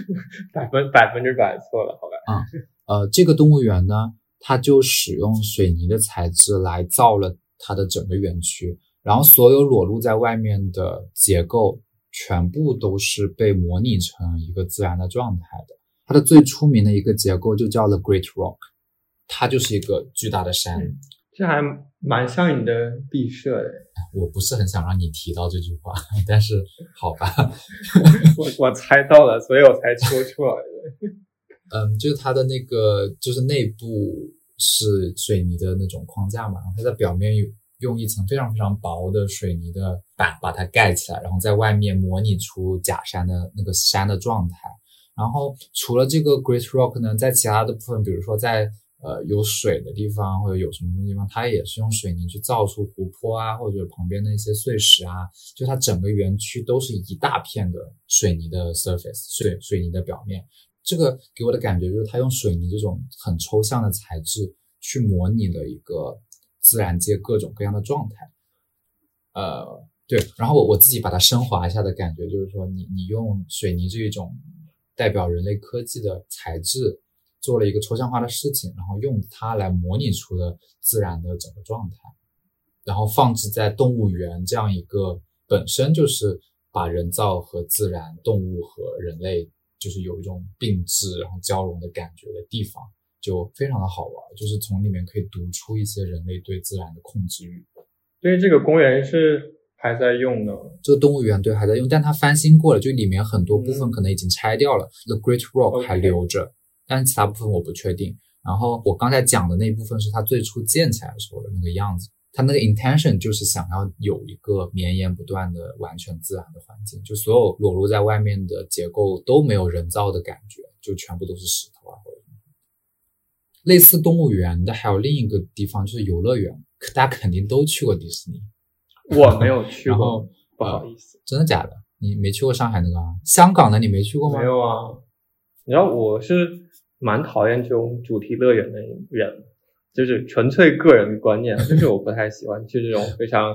100%错了，好吧？ 这个动物园呢，它就使用水泥的材质来造了它的整个园区，然后所有裸露在外面的结构全部都是被模拟成一个自然的状态的。它的最出名的一个结构就叫 The Great Rock， 它就是一个巨大的山。 这还蛮像你的毕设的。 我不是很想让你提到这句话，但是好吧。 我猜到了，所以我才说出来的。 就是它的那个就是内部是水泥的那种框架嘛，然后它在表面用一层非常非常薄的水泥的板把它盖起来，然后在外面模拟出假山的那个山的状态。然后除了这个 Great Rock 呢，在其他的部分，比如说在有水的地方或者有什么地方，它也是用水泥去造出湖泊啊，或者旁边的一些碎石啊，就它整个园区都是一大片的水泥的 surface， 水泥的表面。这个给我的感觉就是它用水泥这种很抽象的材质去模拟了一个自然界各种各样的状态。对，然后我自己把它升华一下的感觉就是说，你用水泥这一种代表人类科技的材质做了一个抽象化的事情，然后用它来模拟出了自然的整个状态，然后放置在动物园这样一个本身就是把人造和自然、动物和人类就是有一种并置然后交融的感觉的地方，就非常的好玩，就是从里面可以读出一些人类对自然的控制欲。 所以这个公园是还在用的， 这个动物园对还在用，但它翻新过了，就里面很多部分可能已经拆掉了，The Great Rock 还留着，但其他部分我不确定。然后我刚才讲的那一部分是它最初建起来的时候的那个样子，它那个 intention 就是想要有一个绵延不断的完全自然的环境，就所有裸露在外面的结构都没有人造的感觉，就全部都是石头啊或者什么。类似动物园的还有另一个地方就是游乐园，大家肯定都去过迪士尼。 我没有去过， 然后不好意思。 真的假的？你没去过上海那个啊？香港的你没去过吗？ 没有啊。你知道我是蛮讨厌这种主题乐园的人，就是纯粹个人观念，就是我不太喜欢去这种非常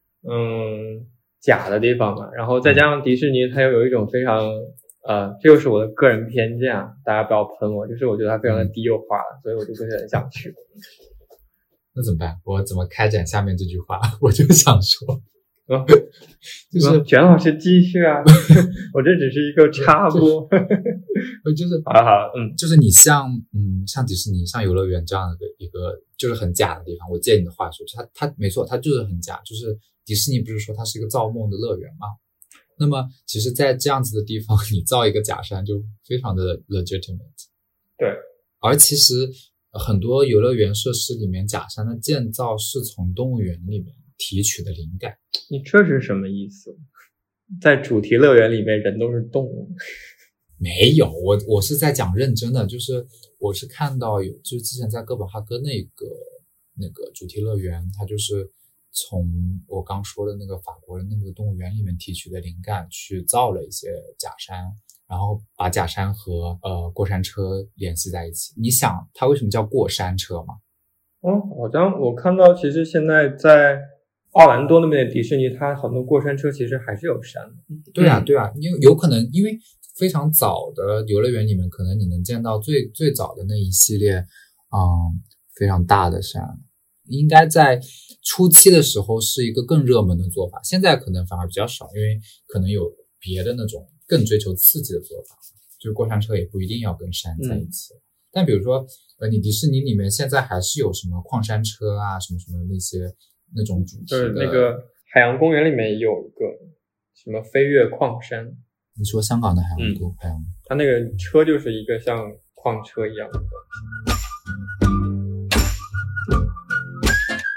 假的地方嘛。然后再加上迪士尼，它又有一种非常这就是我的个人偏见啊，大家不要喷我，就是我觉得它非常的低幼化，所以我就不是很想去。 那怎么办？我怎么开展下面这句话？我就想说， 就是卷老师继续啊，我这只是一个插播。 就是好， 就是你像迪士尼、像游乐园这样的一个就是很假的地方。我借你的话说，它没错，它就是很假。就是迪士尼不是说它是一个造梦的乐园吗？那么其实，在这样子的地方，你造一个假山就非常的 legitimate。 对， 而其实很多游乐园设施里面假山的建造是从动物园里面提取的灵感。 你这是什么意思？在主题乐园里面人都是动物？ 没有，我是在讲认真的，就是我是看到有，就是之前在哥本哈根那个主题乐园，它就是从我刚说的那个法国的那个动物园里面提取的灵感去造了一些假山，然后把假山和过山车联系在一起。你想它为什么叫过山车吗？ 好像我看到其实现在在奥兰多那边的迪士尼，它很多过山车其实还是有山的。 对啊，有可能因为非常早的游乐园里面，可能你能见到最早的那一系列非常大的山，应该在初期的时候是一个更热门的做法，现在可能反而比较少，因为可能有别的那种更追求刺激的做法，就是过山车也不一定要跟山在一起。但比如说你迪士尼里面现在还是有什么矿山车啊什么什么那些那种主题的， 就是那个海洋公园里面有一个什么飞跃矿山。 你说香港的海洋公园， 它那个车就是一个像矿车一样的。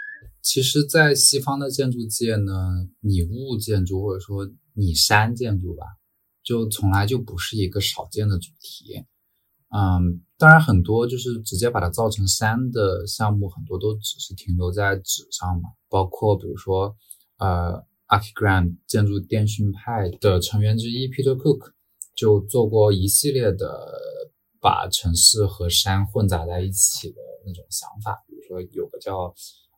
其实在西方的建筑界呢，拟物建筑或者说拟山建筑吧，就从来就不是一个少见的主题。当然很多就是直接把它造成山的项目，很多都只是停留在纸上嘛，包括比如说Archigram 建筑电讯派的成员之一 Peter Cook 就做过一系列的把城市和山混杂在一起的那种想法，比如说有个叫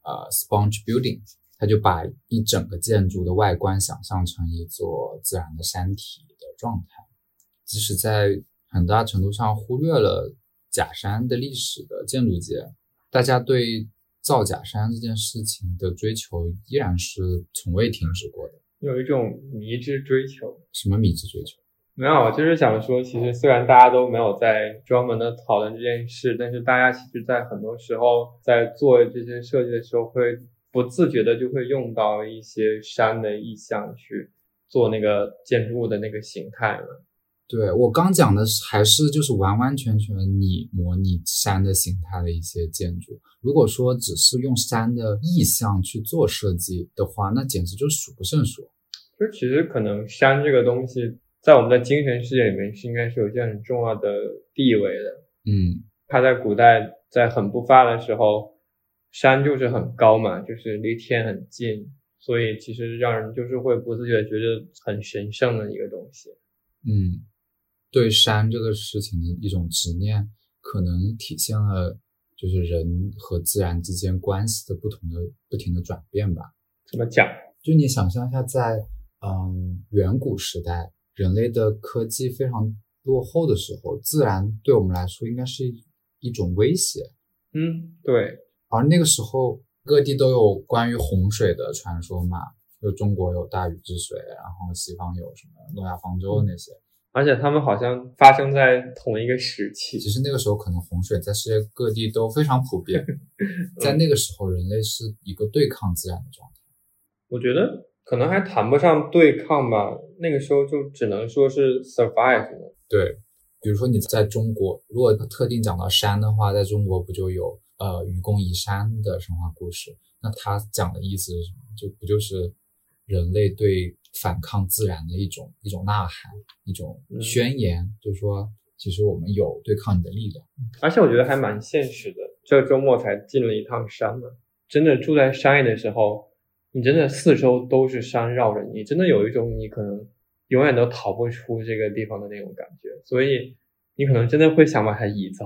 Sponge Building， 他就把一整个建筑的外观想象成一座自然的山体的状态，即使在很大程度上忽略了假山的历史的建筑界，大家对造假山这件事情的追求依然是从未停止过的。 有一种迷之追求。 什么迷之追求？ 没有，我就是想说，其实虽然大家都没有在专门的讨论这件事，但是大家其实在很多时候在做这些设计的时候，会不自觉的就会用到一些山的意象去做那个建筑物的那个形态了。 对，我刚讲的还是就是完完全全模拟山的形态的一些建筑。如果说只是用山的意象去做设计的话，那简直就数不胜数。 就其实可能山这个东西在我们的精神世界里面是应该是有一件很重要的地位的。它在古代在很不发的时候，山就是很高嘛，就是离天很近，所以其实让人就是会不自觉地觉得很神圣的一个东西。 对山这个事情的一种执念，可能体现了就是人和自然之间关系的不停的转变吧。 怎么讲？ 就你想象一下在远古时代，人类的科技非常落后的时候，自然对我们来说应该是一种威胁。 对。 而那个时候各地都有关于洪水的传说嘛，就中国有大禹治水，然后西方有什么诺亚方舟那些。 而且他们好像发生在同一个时期。 其实那个时候可能洪水在世界各地都非常普遍。在那个时候人类是一个对抗自然的状态。 我觉得可能还谈不上对抗吧，那个时候就只能说是 survive 了。 对，比如说你在中国，如果特定讲到山的话，在中国不就有愚公移山的神话故事，那他讲的意思是什么？不就是人类对反抗自然的一种呐喊，一种宣言，就是说其实我们有对抗你的力量。 而且我觉得还蛮现实的，这周末才进了一趟山嘛，真的住在山里的时候，你真的四周都是山绕着你，真的有一种你可能永远都逃不出这个地方的那种感觉，所以你可能真的会想把它移走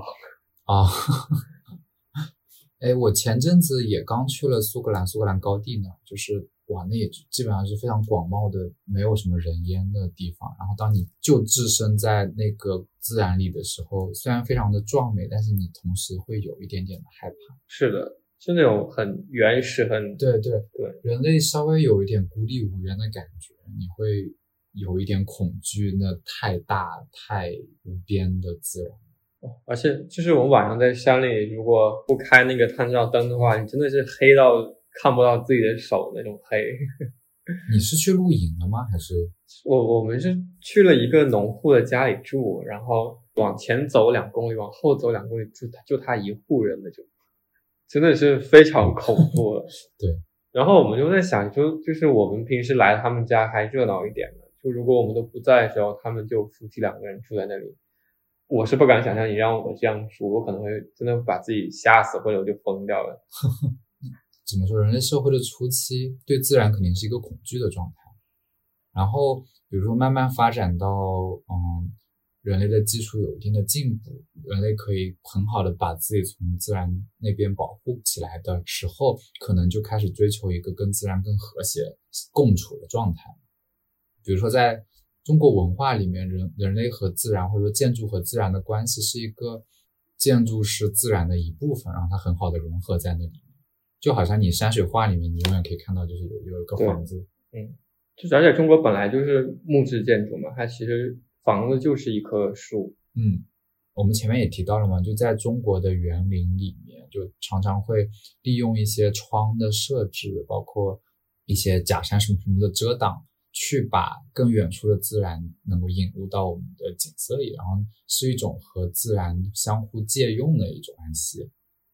我前阵子也刚去了苏格兰高地呢，就是哇，那也基本上是非常广袤的没有什么人烟的地方，然后当你就置身在那个自然里的时候，虽然非常的壮美，但是你同时会有一点点的害怕。 是的，是那种很原始对， 人类稍微有一点孤立无援的感觉，你会有一点恐惧那太大太无边的自然。 而且就是我们晚上在山里如果不开那个探照灯的话，你真的是黑到看不到自己的手那种黑。 你是去露营了吗？还是我们是去了一个农户的家里住，然后往前走2公里，往后走2公里，就他一户人的，就真的是非常恐怖了。 对。 然后我们就在想，就是我们平时来他们家还热闹一点的，就如果我们都不在的时候，他们就夫妻2个人住在那里。我是不敢想象你让我这样住，我可能会真的把自己吓死，或者我就疯掉了。 怎么说，人类社会的初期对自然肯定是一个恐惧的状态，然后比如说慢慢发展到人类的技术有一定的进步，人类可以很好的把自己从自然那边保护起来的时候，可能就开始追求一个跟自然更和谐共处的状态。比如说在中国文化里面，人类和自然或者说建筑和自然的关系是一个建筑是自然的一部分，然后它很好的融合在那里面，就好像你山水画里面你永远可以看到就是有一个房子。 就是而且中国本来就是木质建筑嘛，它其实房子就是一棵树。 我们前面也提到了嘛，就在中国的园林里面，就常常会利用一些窗的设置，包括一些假山什么什么的遮挡，去把更远处的自然能够引入到我们的景色里，然后是一种和自然相互借用的一种关系。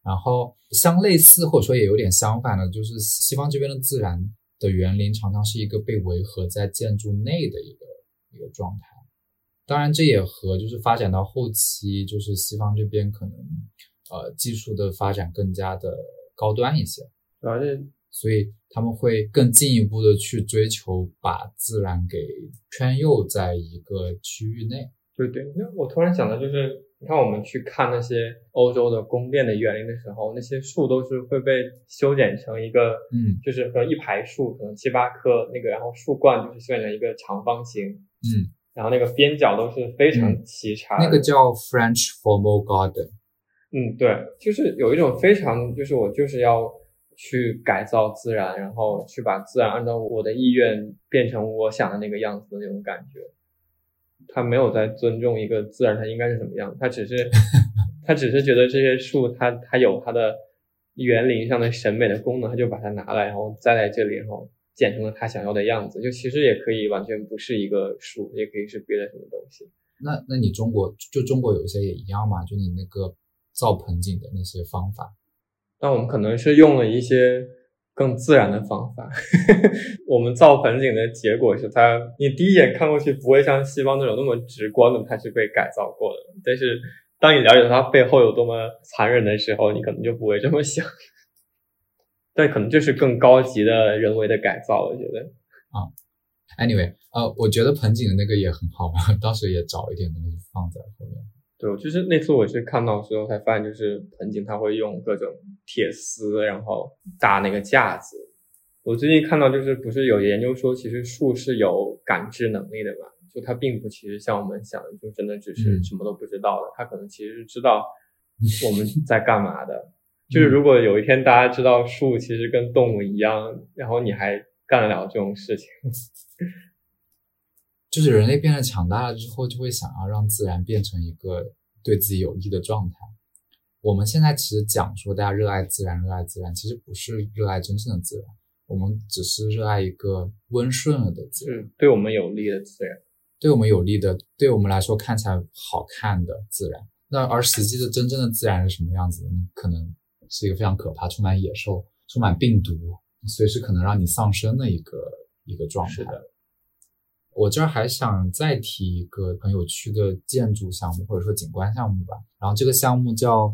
然后相类似或者说也有点相反的，就是西方这边的自然的园林常常是一个被围合在建筑内的一个状态。当然这也和就是发展到后期，就是西方这边可能技术的发展更加的高端一些， 而且所以他们会更进一步的去追求把自然给圈囿在一个区域内。 对对，我突然想到，就是你看我们去看那些欧洲的宫殿的园林的时候，那些树都是会被修剪成一个就是可能一排树可能7、8棵那个，然后树冠就是修剪成一个长方形，然后那个边角都是非常齐叉的， 那个叫 French Formal Garden。 对，就是有一种非常就是我就是要去改造自然，然后去把自然按照我的意愿变成我想的那个样子的那种感觉。他没有在尊重一个自然它应该是什么样，他只是觉得这些树它有它的园林上的审美的功能，他就把它拿来然后栽在这里，然后剪成了他想要的样子。就其实也可以完全不是一个树，也可以是别的什么东西。 那你中国有一些也一样嘛，就你那个造盆景的那些方法。 那我们可能是用了一些更自然的方法我们造盆景的结果是你第一眼看过去不会像西方那种那么直观的它是被改造过的，但是当你了解到它背后有多么残忍的时候，你可能就不会这么想但可能就是更高级的人为的改造，我觉得 Anyway 我觉得盆景的那个也很好玩，当时也找一点东西放在后面。 对，就是那次我是看到的时候才发现，就是盆景它会用各种铁丝然后搭那个架子。我最近看到就是不是有研究说其实树是有感知能力的嘛，就它并不其实像我们想的就真的只是什么都不知道的，它可能其实是知道我们在干嘛的就是如果有一天大家知道树其实跟动物一样，然后你还干得了这种事情就是人类变得强大了之后，就会想要让自然变成一个对自己有利的状态。我们现在其实讲说大家热爱自然，其实不是热爱真正的自然，我们只是热爱一个温顺了的自然， 对我们有利的自然， 对我们有利的，对我们来说看起来好看的自然。那而实际的真正的自然是什么样子的？你可能是一个非常可怕、充满野兽、充满病毒，随时可能让你丧生的一个状态。 是的。 我这儿还想再提一个很有趣的建筑项目或者说景观项目吧，然后这个项目叫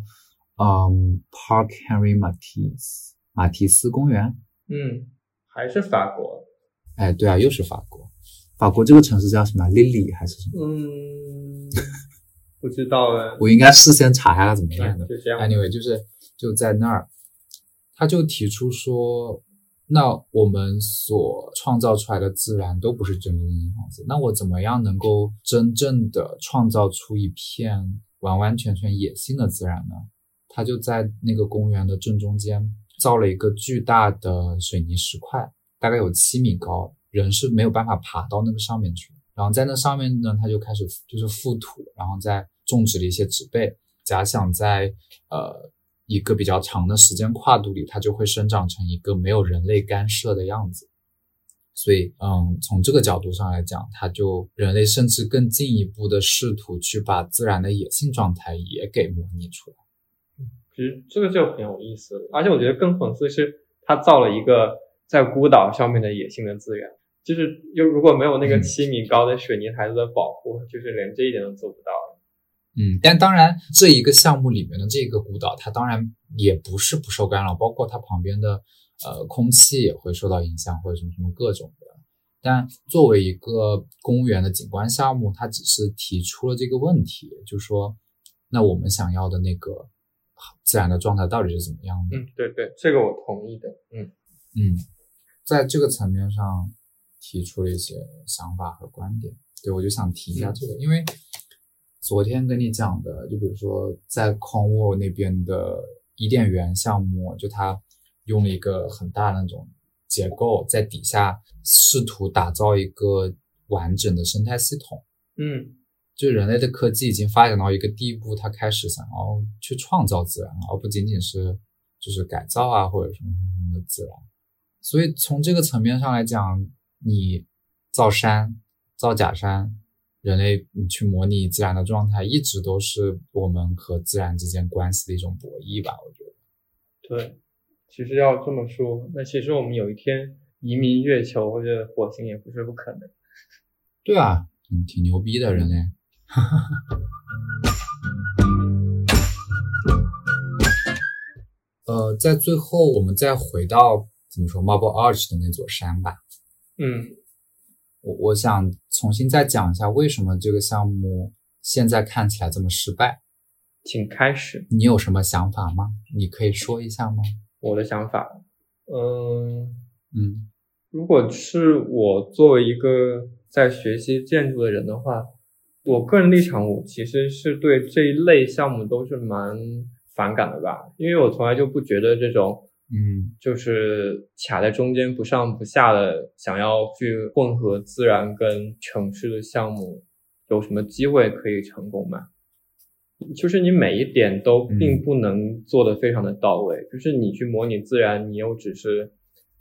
Parc Henri Matisse 马蒂斯公园。 还是法国。 哎，对啊，又是法国。法国这个城市叫什么 Lille 还是什么？ 不知道了。 我应该事先查一下怎么样的。 就这样。 Anyway 就在那儿，他就提出说，那我们所创造出来的自然都不是真正的样子，那我怎么样能够真正的创造出一片完完全全野性的自然呢？他就在那个公园的正中间造了一个巨大的水泥石块，大概有7米高，人是没有办法爬到那个上面去。然后在那上面呢，他就开始就是覆土，然后再种植了一些植被，假想在一个比较长的时间跨度里，它就会生长成一个没有人类干涉的样子。所以从这个角度上来讲，人类甚至更进一步的试图去把自然的野性状态也给模拟出来。 其实这个就很有意思，而且我觉得更讽刺的是他造了一个在孤岛上面的野性的资源，就是如果没有那个7米高的水泥台子的保护，就是连这一点都做不到。 但当然这一个项目里面的这个孤岛它当然也不是不受干扰，包括它旁边的空气也会受到影响或者什么什么各种的。但作为一个公园的景观项目，它只是提出了这个问题，就是说那我们想要的那个自然的状态到底是怎么样的。 对对，这个我同意的。 在这个层面上提出了一些想法和观点。对，我就想提一下这个，因为昨天跟你讲的，就比如说在康沃那边的伊甸园项目，就它用了一个很大的那种结构，在底下试图打造一个完整的生态系统。就人类的科技已经发展到一个地步，它开始想要去创造自然，而不仅仅是就是改造啊或者什么什么的自然。所以从这个层面上来讲，你造山造假山，人类去模拟自然的状态，一直都是我们和自然之间关系的一种博弈吧，我觉得。 对，其实要这么说，那其实我们有一天移民月球或者火星也不是不可能。 对啊，挺牛逼的人类。在最后我们再回到怎么说 Marble Arch 的那座山吧。我想重新再讲一下为什么这个项目现在看起来这么失败。 请开始。 你有什么想法吗？你可以说一下吗？ 我的想法，如果是我作为一个在学习建筑的人的话，我个人立场，我其实是对这一类项目都是蛮反感的吧，因为我从来就不觉得这种就是卡在中间不上不下的想要去混合自然跟城市的项目有什么机会可以成功嘛。就是你每一点都并不能做得非常的到位，就是你去模拟自然，你又只是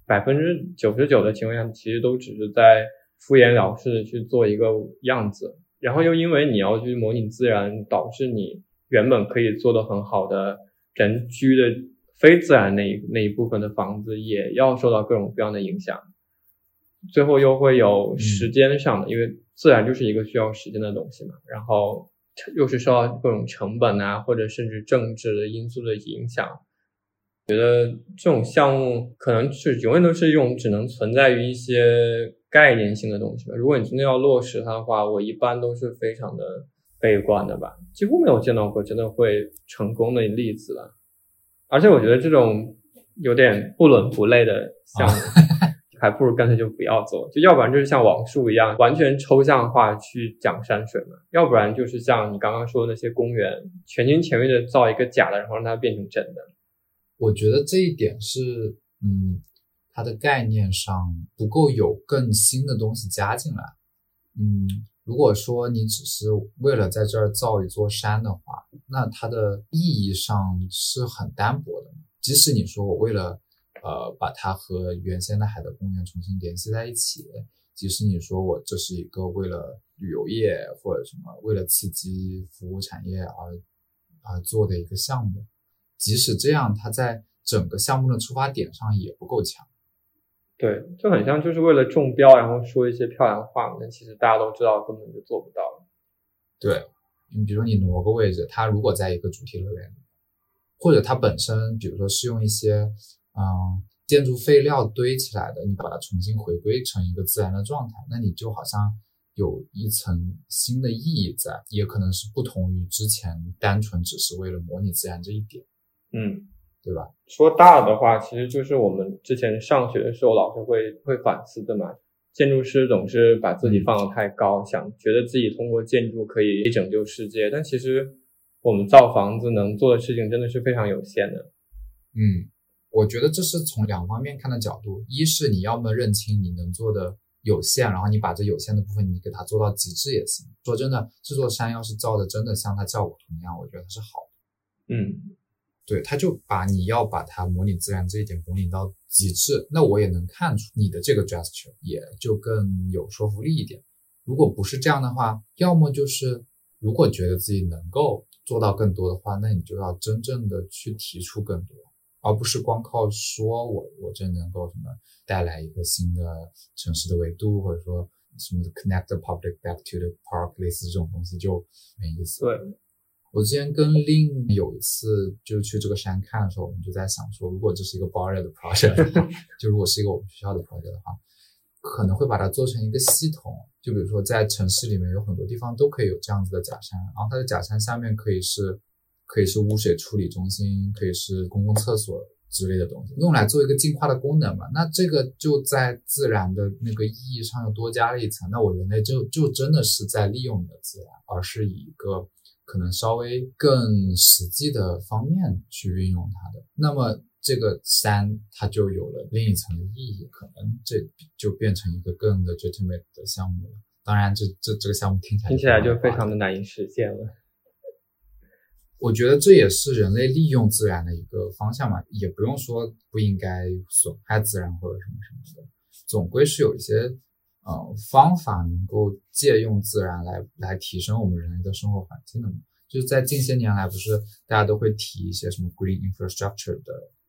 99%的情况下其实都只是在敷衍了事的去做一个样子，然后又因为你要去模拟自然，导致你原本可以做得很好的人居的非自然那一部分的房子也要受到各种各样的影响，最后又会有时间上的，因为自然就是一个需要时间的东西嘛，然后又是受到各种成本啊或者甚至政治的因素的影响，觉得这种项目可能是永远都是一种只能存在于一些概念性的东西吧。如果你真的要落实它的话，我一般都是非常的悲观的吧，几乎没有见到过真的会成功的例子了。而且我觉得这种有点不伦不类的项目还不如干脆就不要做，就要不然就是像网树一样完全抽象化去讲山水嘛，要不然就是像你刚刚说的那些公园全心全意的造一个假的，然后让它变成真的。 我觉得这一点是它的概念上不够有更新的东西加进来。如果说你只是为了在这儿造一座山的话，那它的意义上是很单薄的。即使你说我为了把它和原先的海德公园重新联系在一起，即使你说我这是一个为了旅游业或者什么为了刺激服务产业而做的一个项目，即使这样，它在整个项目的出发点上也不够强。 对，就很像就是为了中标然后说一些漂亮话，那其实大家都知道根本就做不到。 对，你比如说你挪个位置，它如果在一个主题乐园里，或者它本身比如说是用一些建筑废料堆起来的，你把它重新回归成一个自然的状态，那你就好像有一层新的意义在，也可能是不同于之前单纯只是为了模拟自然这一点。对吧？ 说大的话，其实就是我们之前上学的时候老师会反思的嘛。建筑师总是把自己放得太高，想觉得自己通过建筑可以拯救世界，但其实我们造房子能做的事情真的是非常有限的。 我觉得这是从两方面看的角度，一是你要么认清你能做的有限，然后你把这有限的部分你给它做到极致也行。说真的，这座山要是造的真的像它效果图那样，我觉得它是好的。对，他就把你要把它模拟自然这一点模拟到极致，那我也能看出你的这个 gesture 也就更有说服力一点。如果不是这样的话，要么就是如果觉得自己能够做到更多的话，那你就要真正的去提出更多，而不是光靠说我真能够什么带来一个新的城市的维度，或者说什么 connect the public back to the park 类似这种东西就没意思。 对， 我之前跟Lin有一次就去这个山看的时候，我们就在想说，如果这是一个 Border 的 project 就如果是一个我们学校的 project 的话，可能会把它做成一个系统，就比如说在城市里面有很多地方都可以有这样子的假山，然后它的假山下面可以是污水处理中心，可以是公共厕所之类的东西，用来做一个净化的功能嘛。那这个就在自然的那个意义上又多加了一层，那我人类就真的是在利用你的自然，而是以一个可能稍微更实际的方面去运用它的，那么这个山它就有了另一层的意义，可能这就变成一个更 legitimate 的项目了。当然这个项目听起来就非常的难以实现了。 我觉得这也是人类利用自然的一个方向嘛，也不用说不应该损害自然或者什么什么的，总归是有一些方法能够借用自然来提升我们人类的生活环境的嘛。就是在近些年来，不是大家都会提一些什么 green infrastructure 的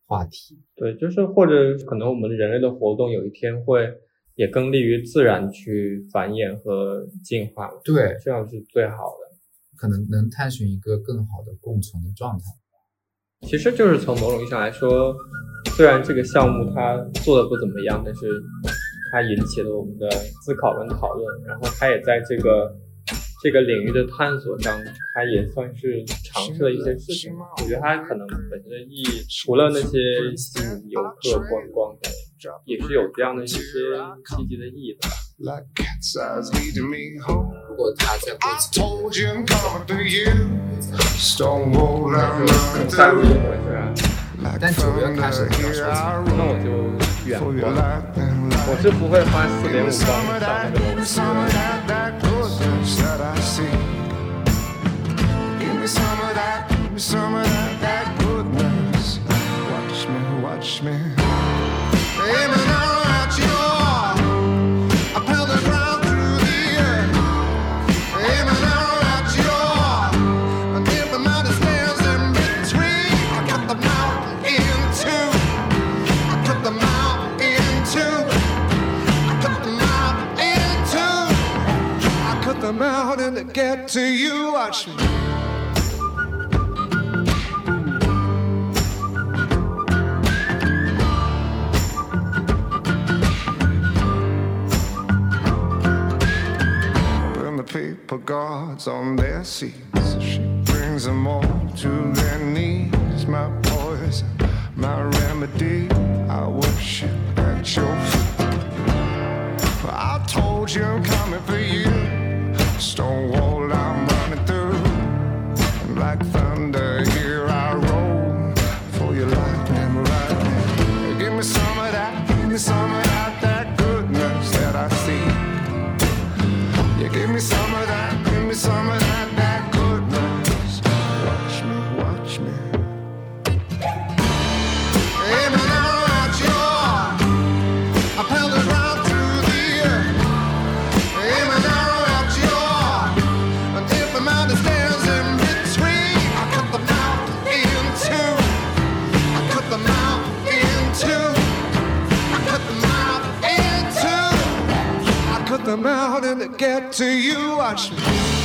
话题。 对，就是或者可能我们人类的活动有一天会也更利于自然去繁衍和进化。 对， 这样是最好的， 可能能探寻一个更好的共存的状态。 其实就是从某种意义上来说，虽然这个项目它做的不怎么样，但是它引起了我们的思考跟讨论，然后它也在这个领域的探索上，它也算是尝试了一些事情。我觉得它可能本身的意义，除了那些吸引游客观光的，也是有这样的一些积极的意义的。 如果他在过几年， 更带入一回事。 但9月开始要收钱， 那我就远观了。我是不会花4.5磅上那个楼梯的。 To get to you, watch me. When the paper guards on their seats, she brings them all to their knees. My poison, my remedy, I worship at your feet. I told you I'm coming for you. Stone wall I'm running through, and like thunder here I roll for your lightning. Give me some of that, give me some of that goodness that I see. Yeah, give me some of that, give me some of that goodness. Watch me, watch me. Hey, man, I'm not sure. I pedal around through the air. Hey, man, them out and to get to you, watch me.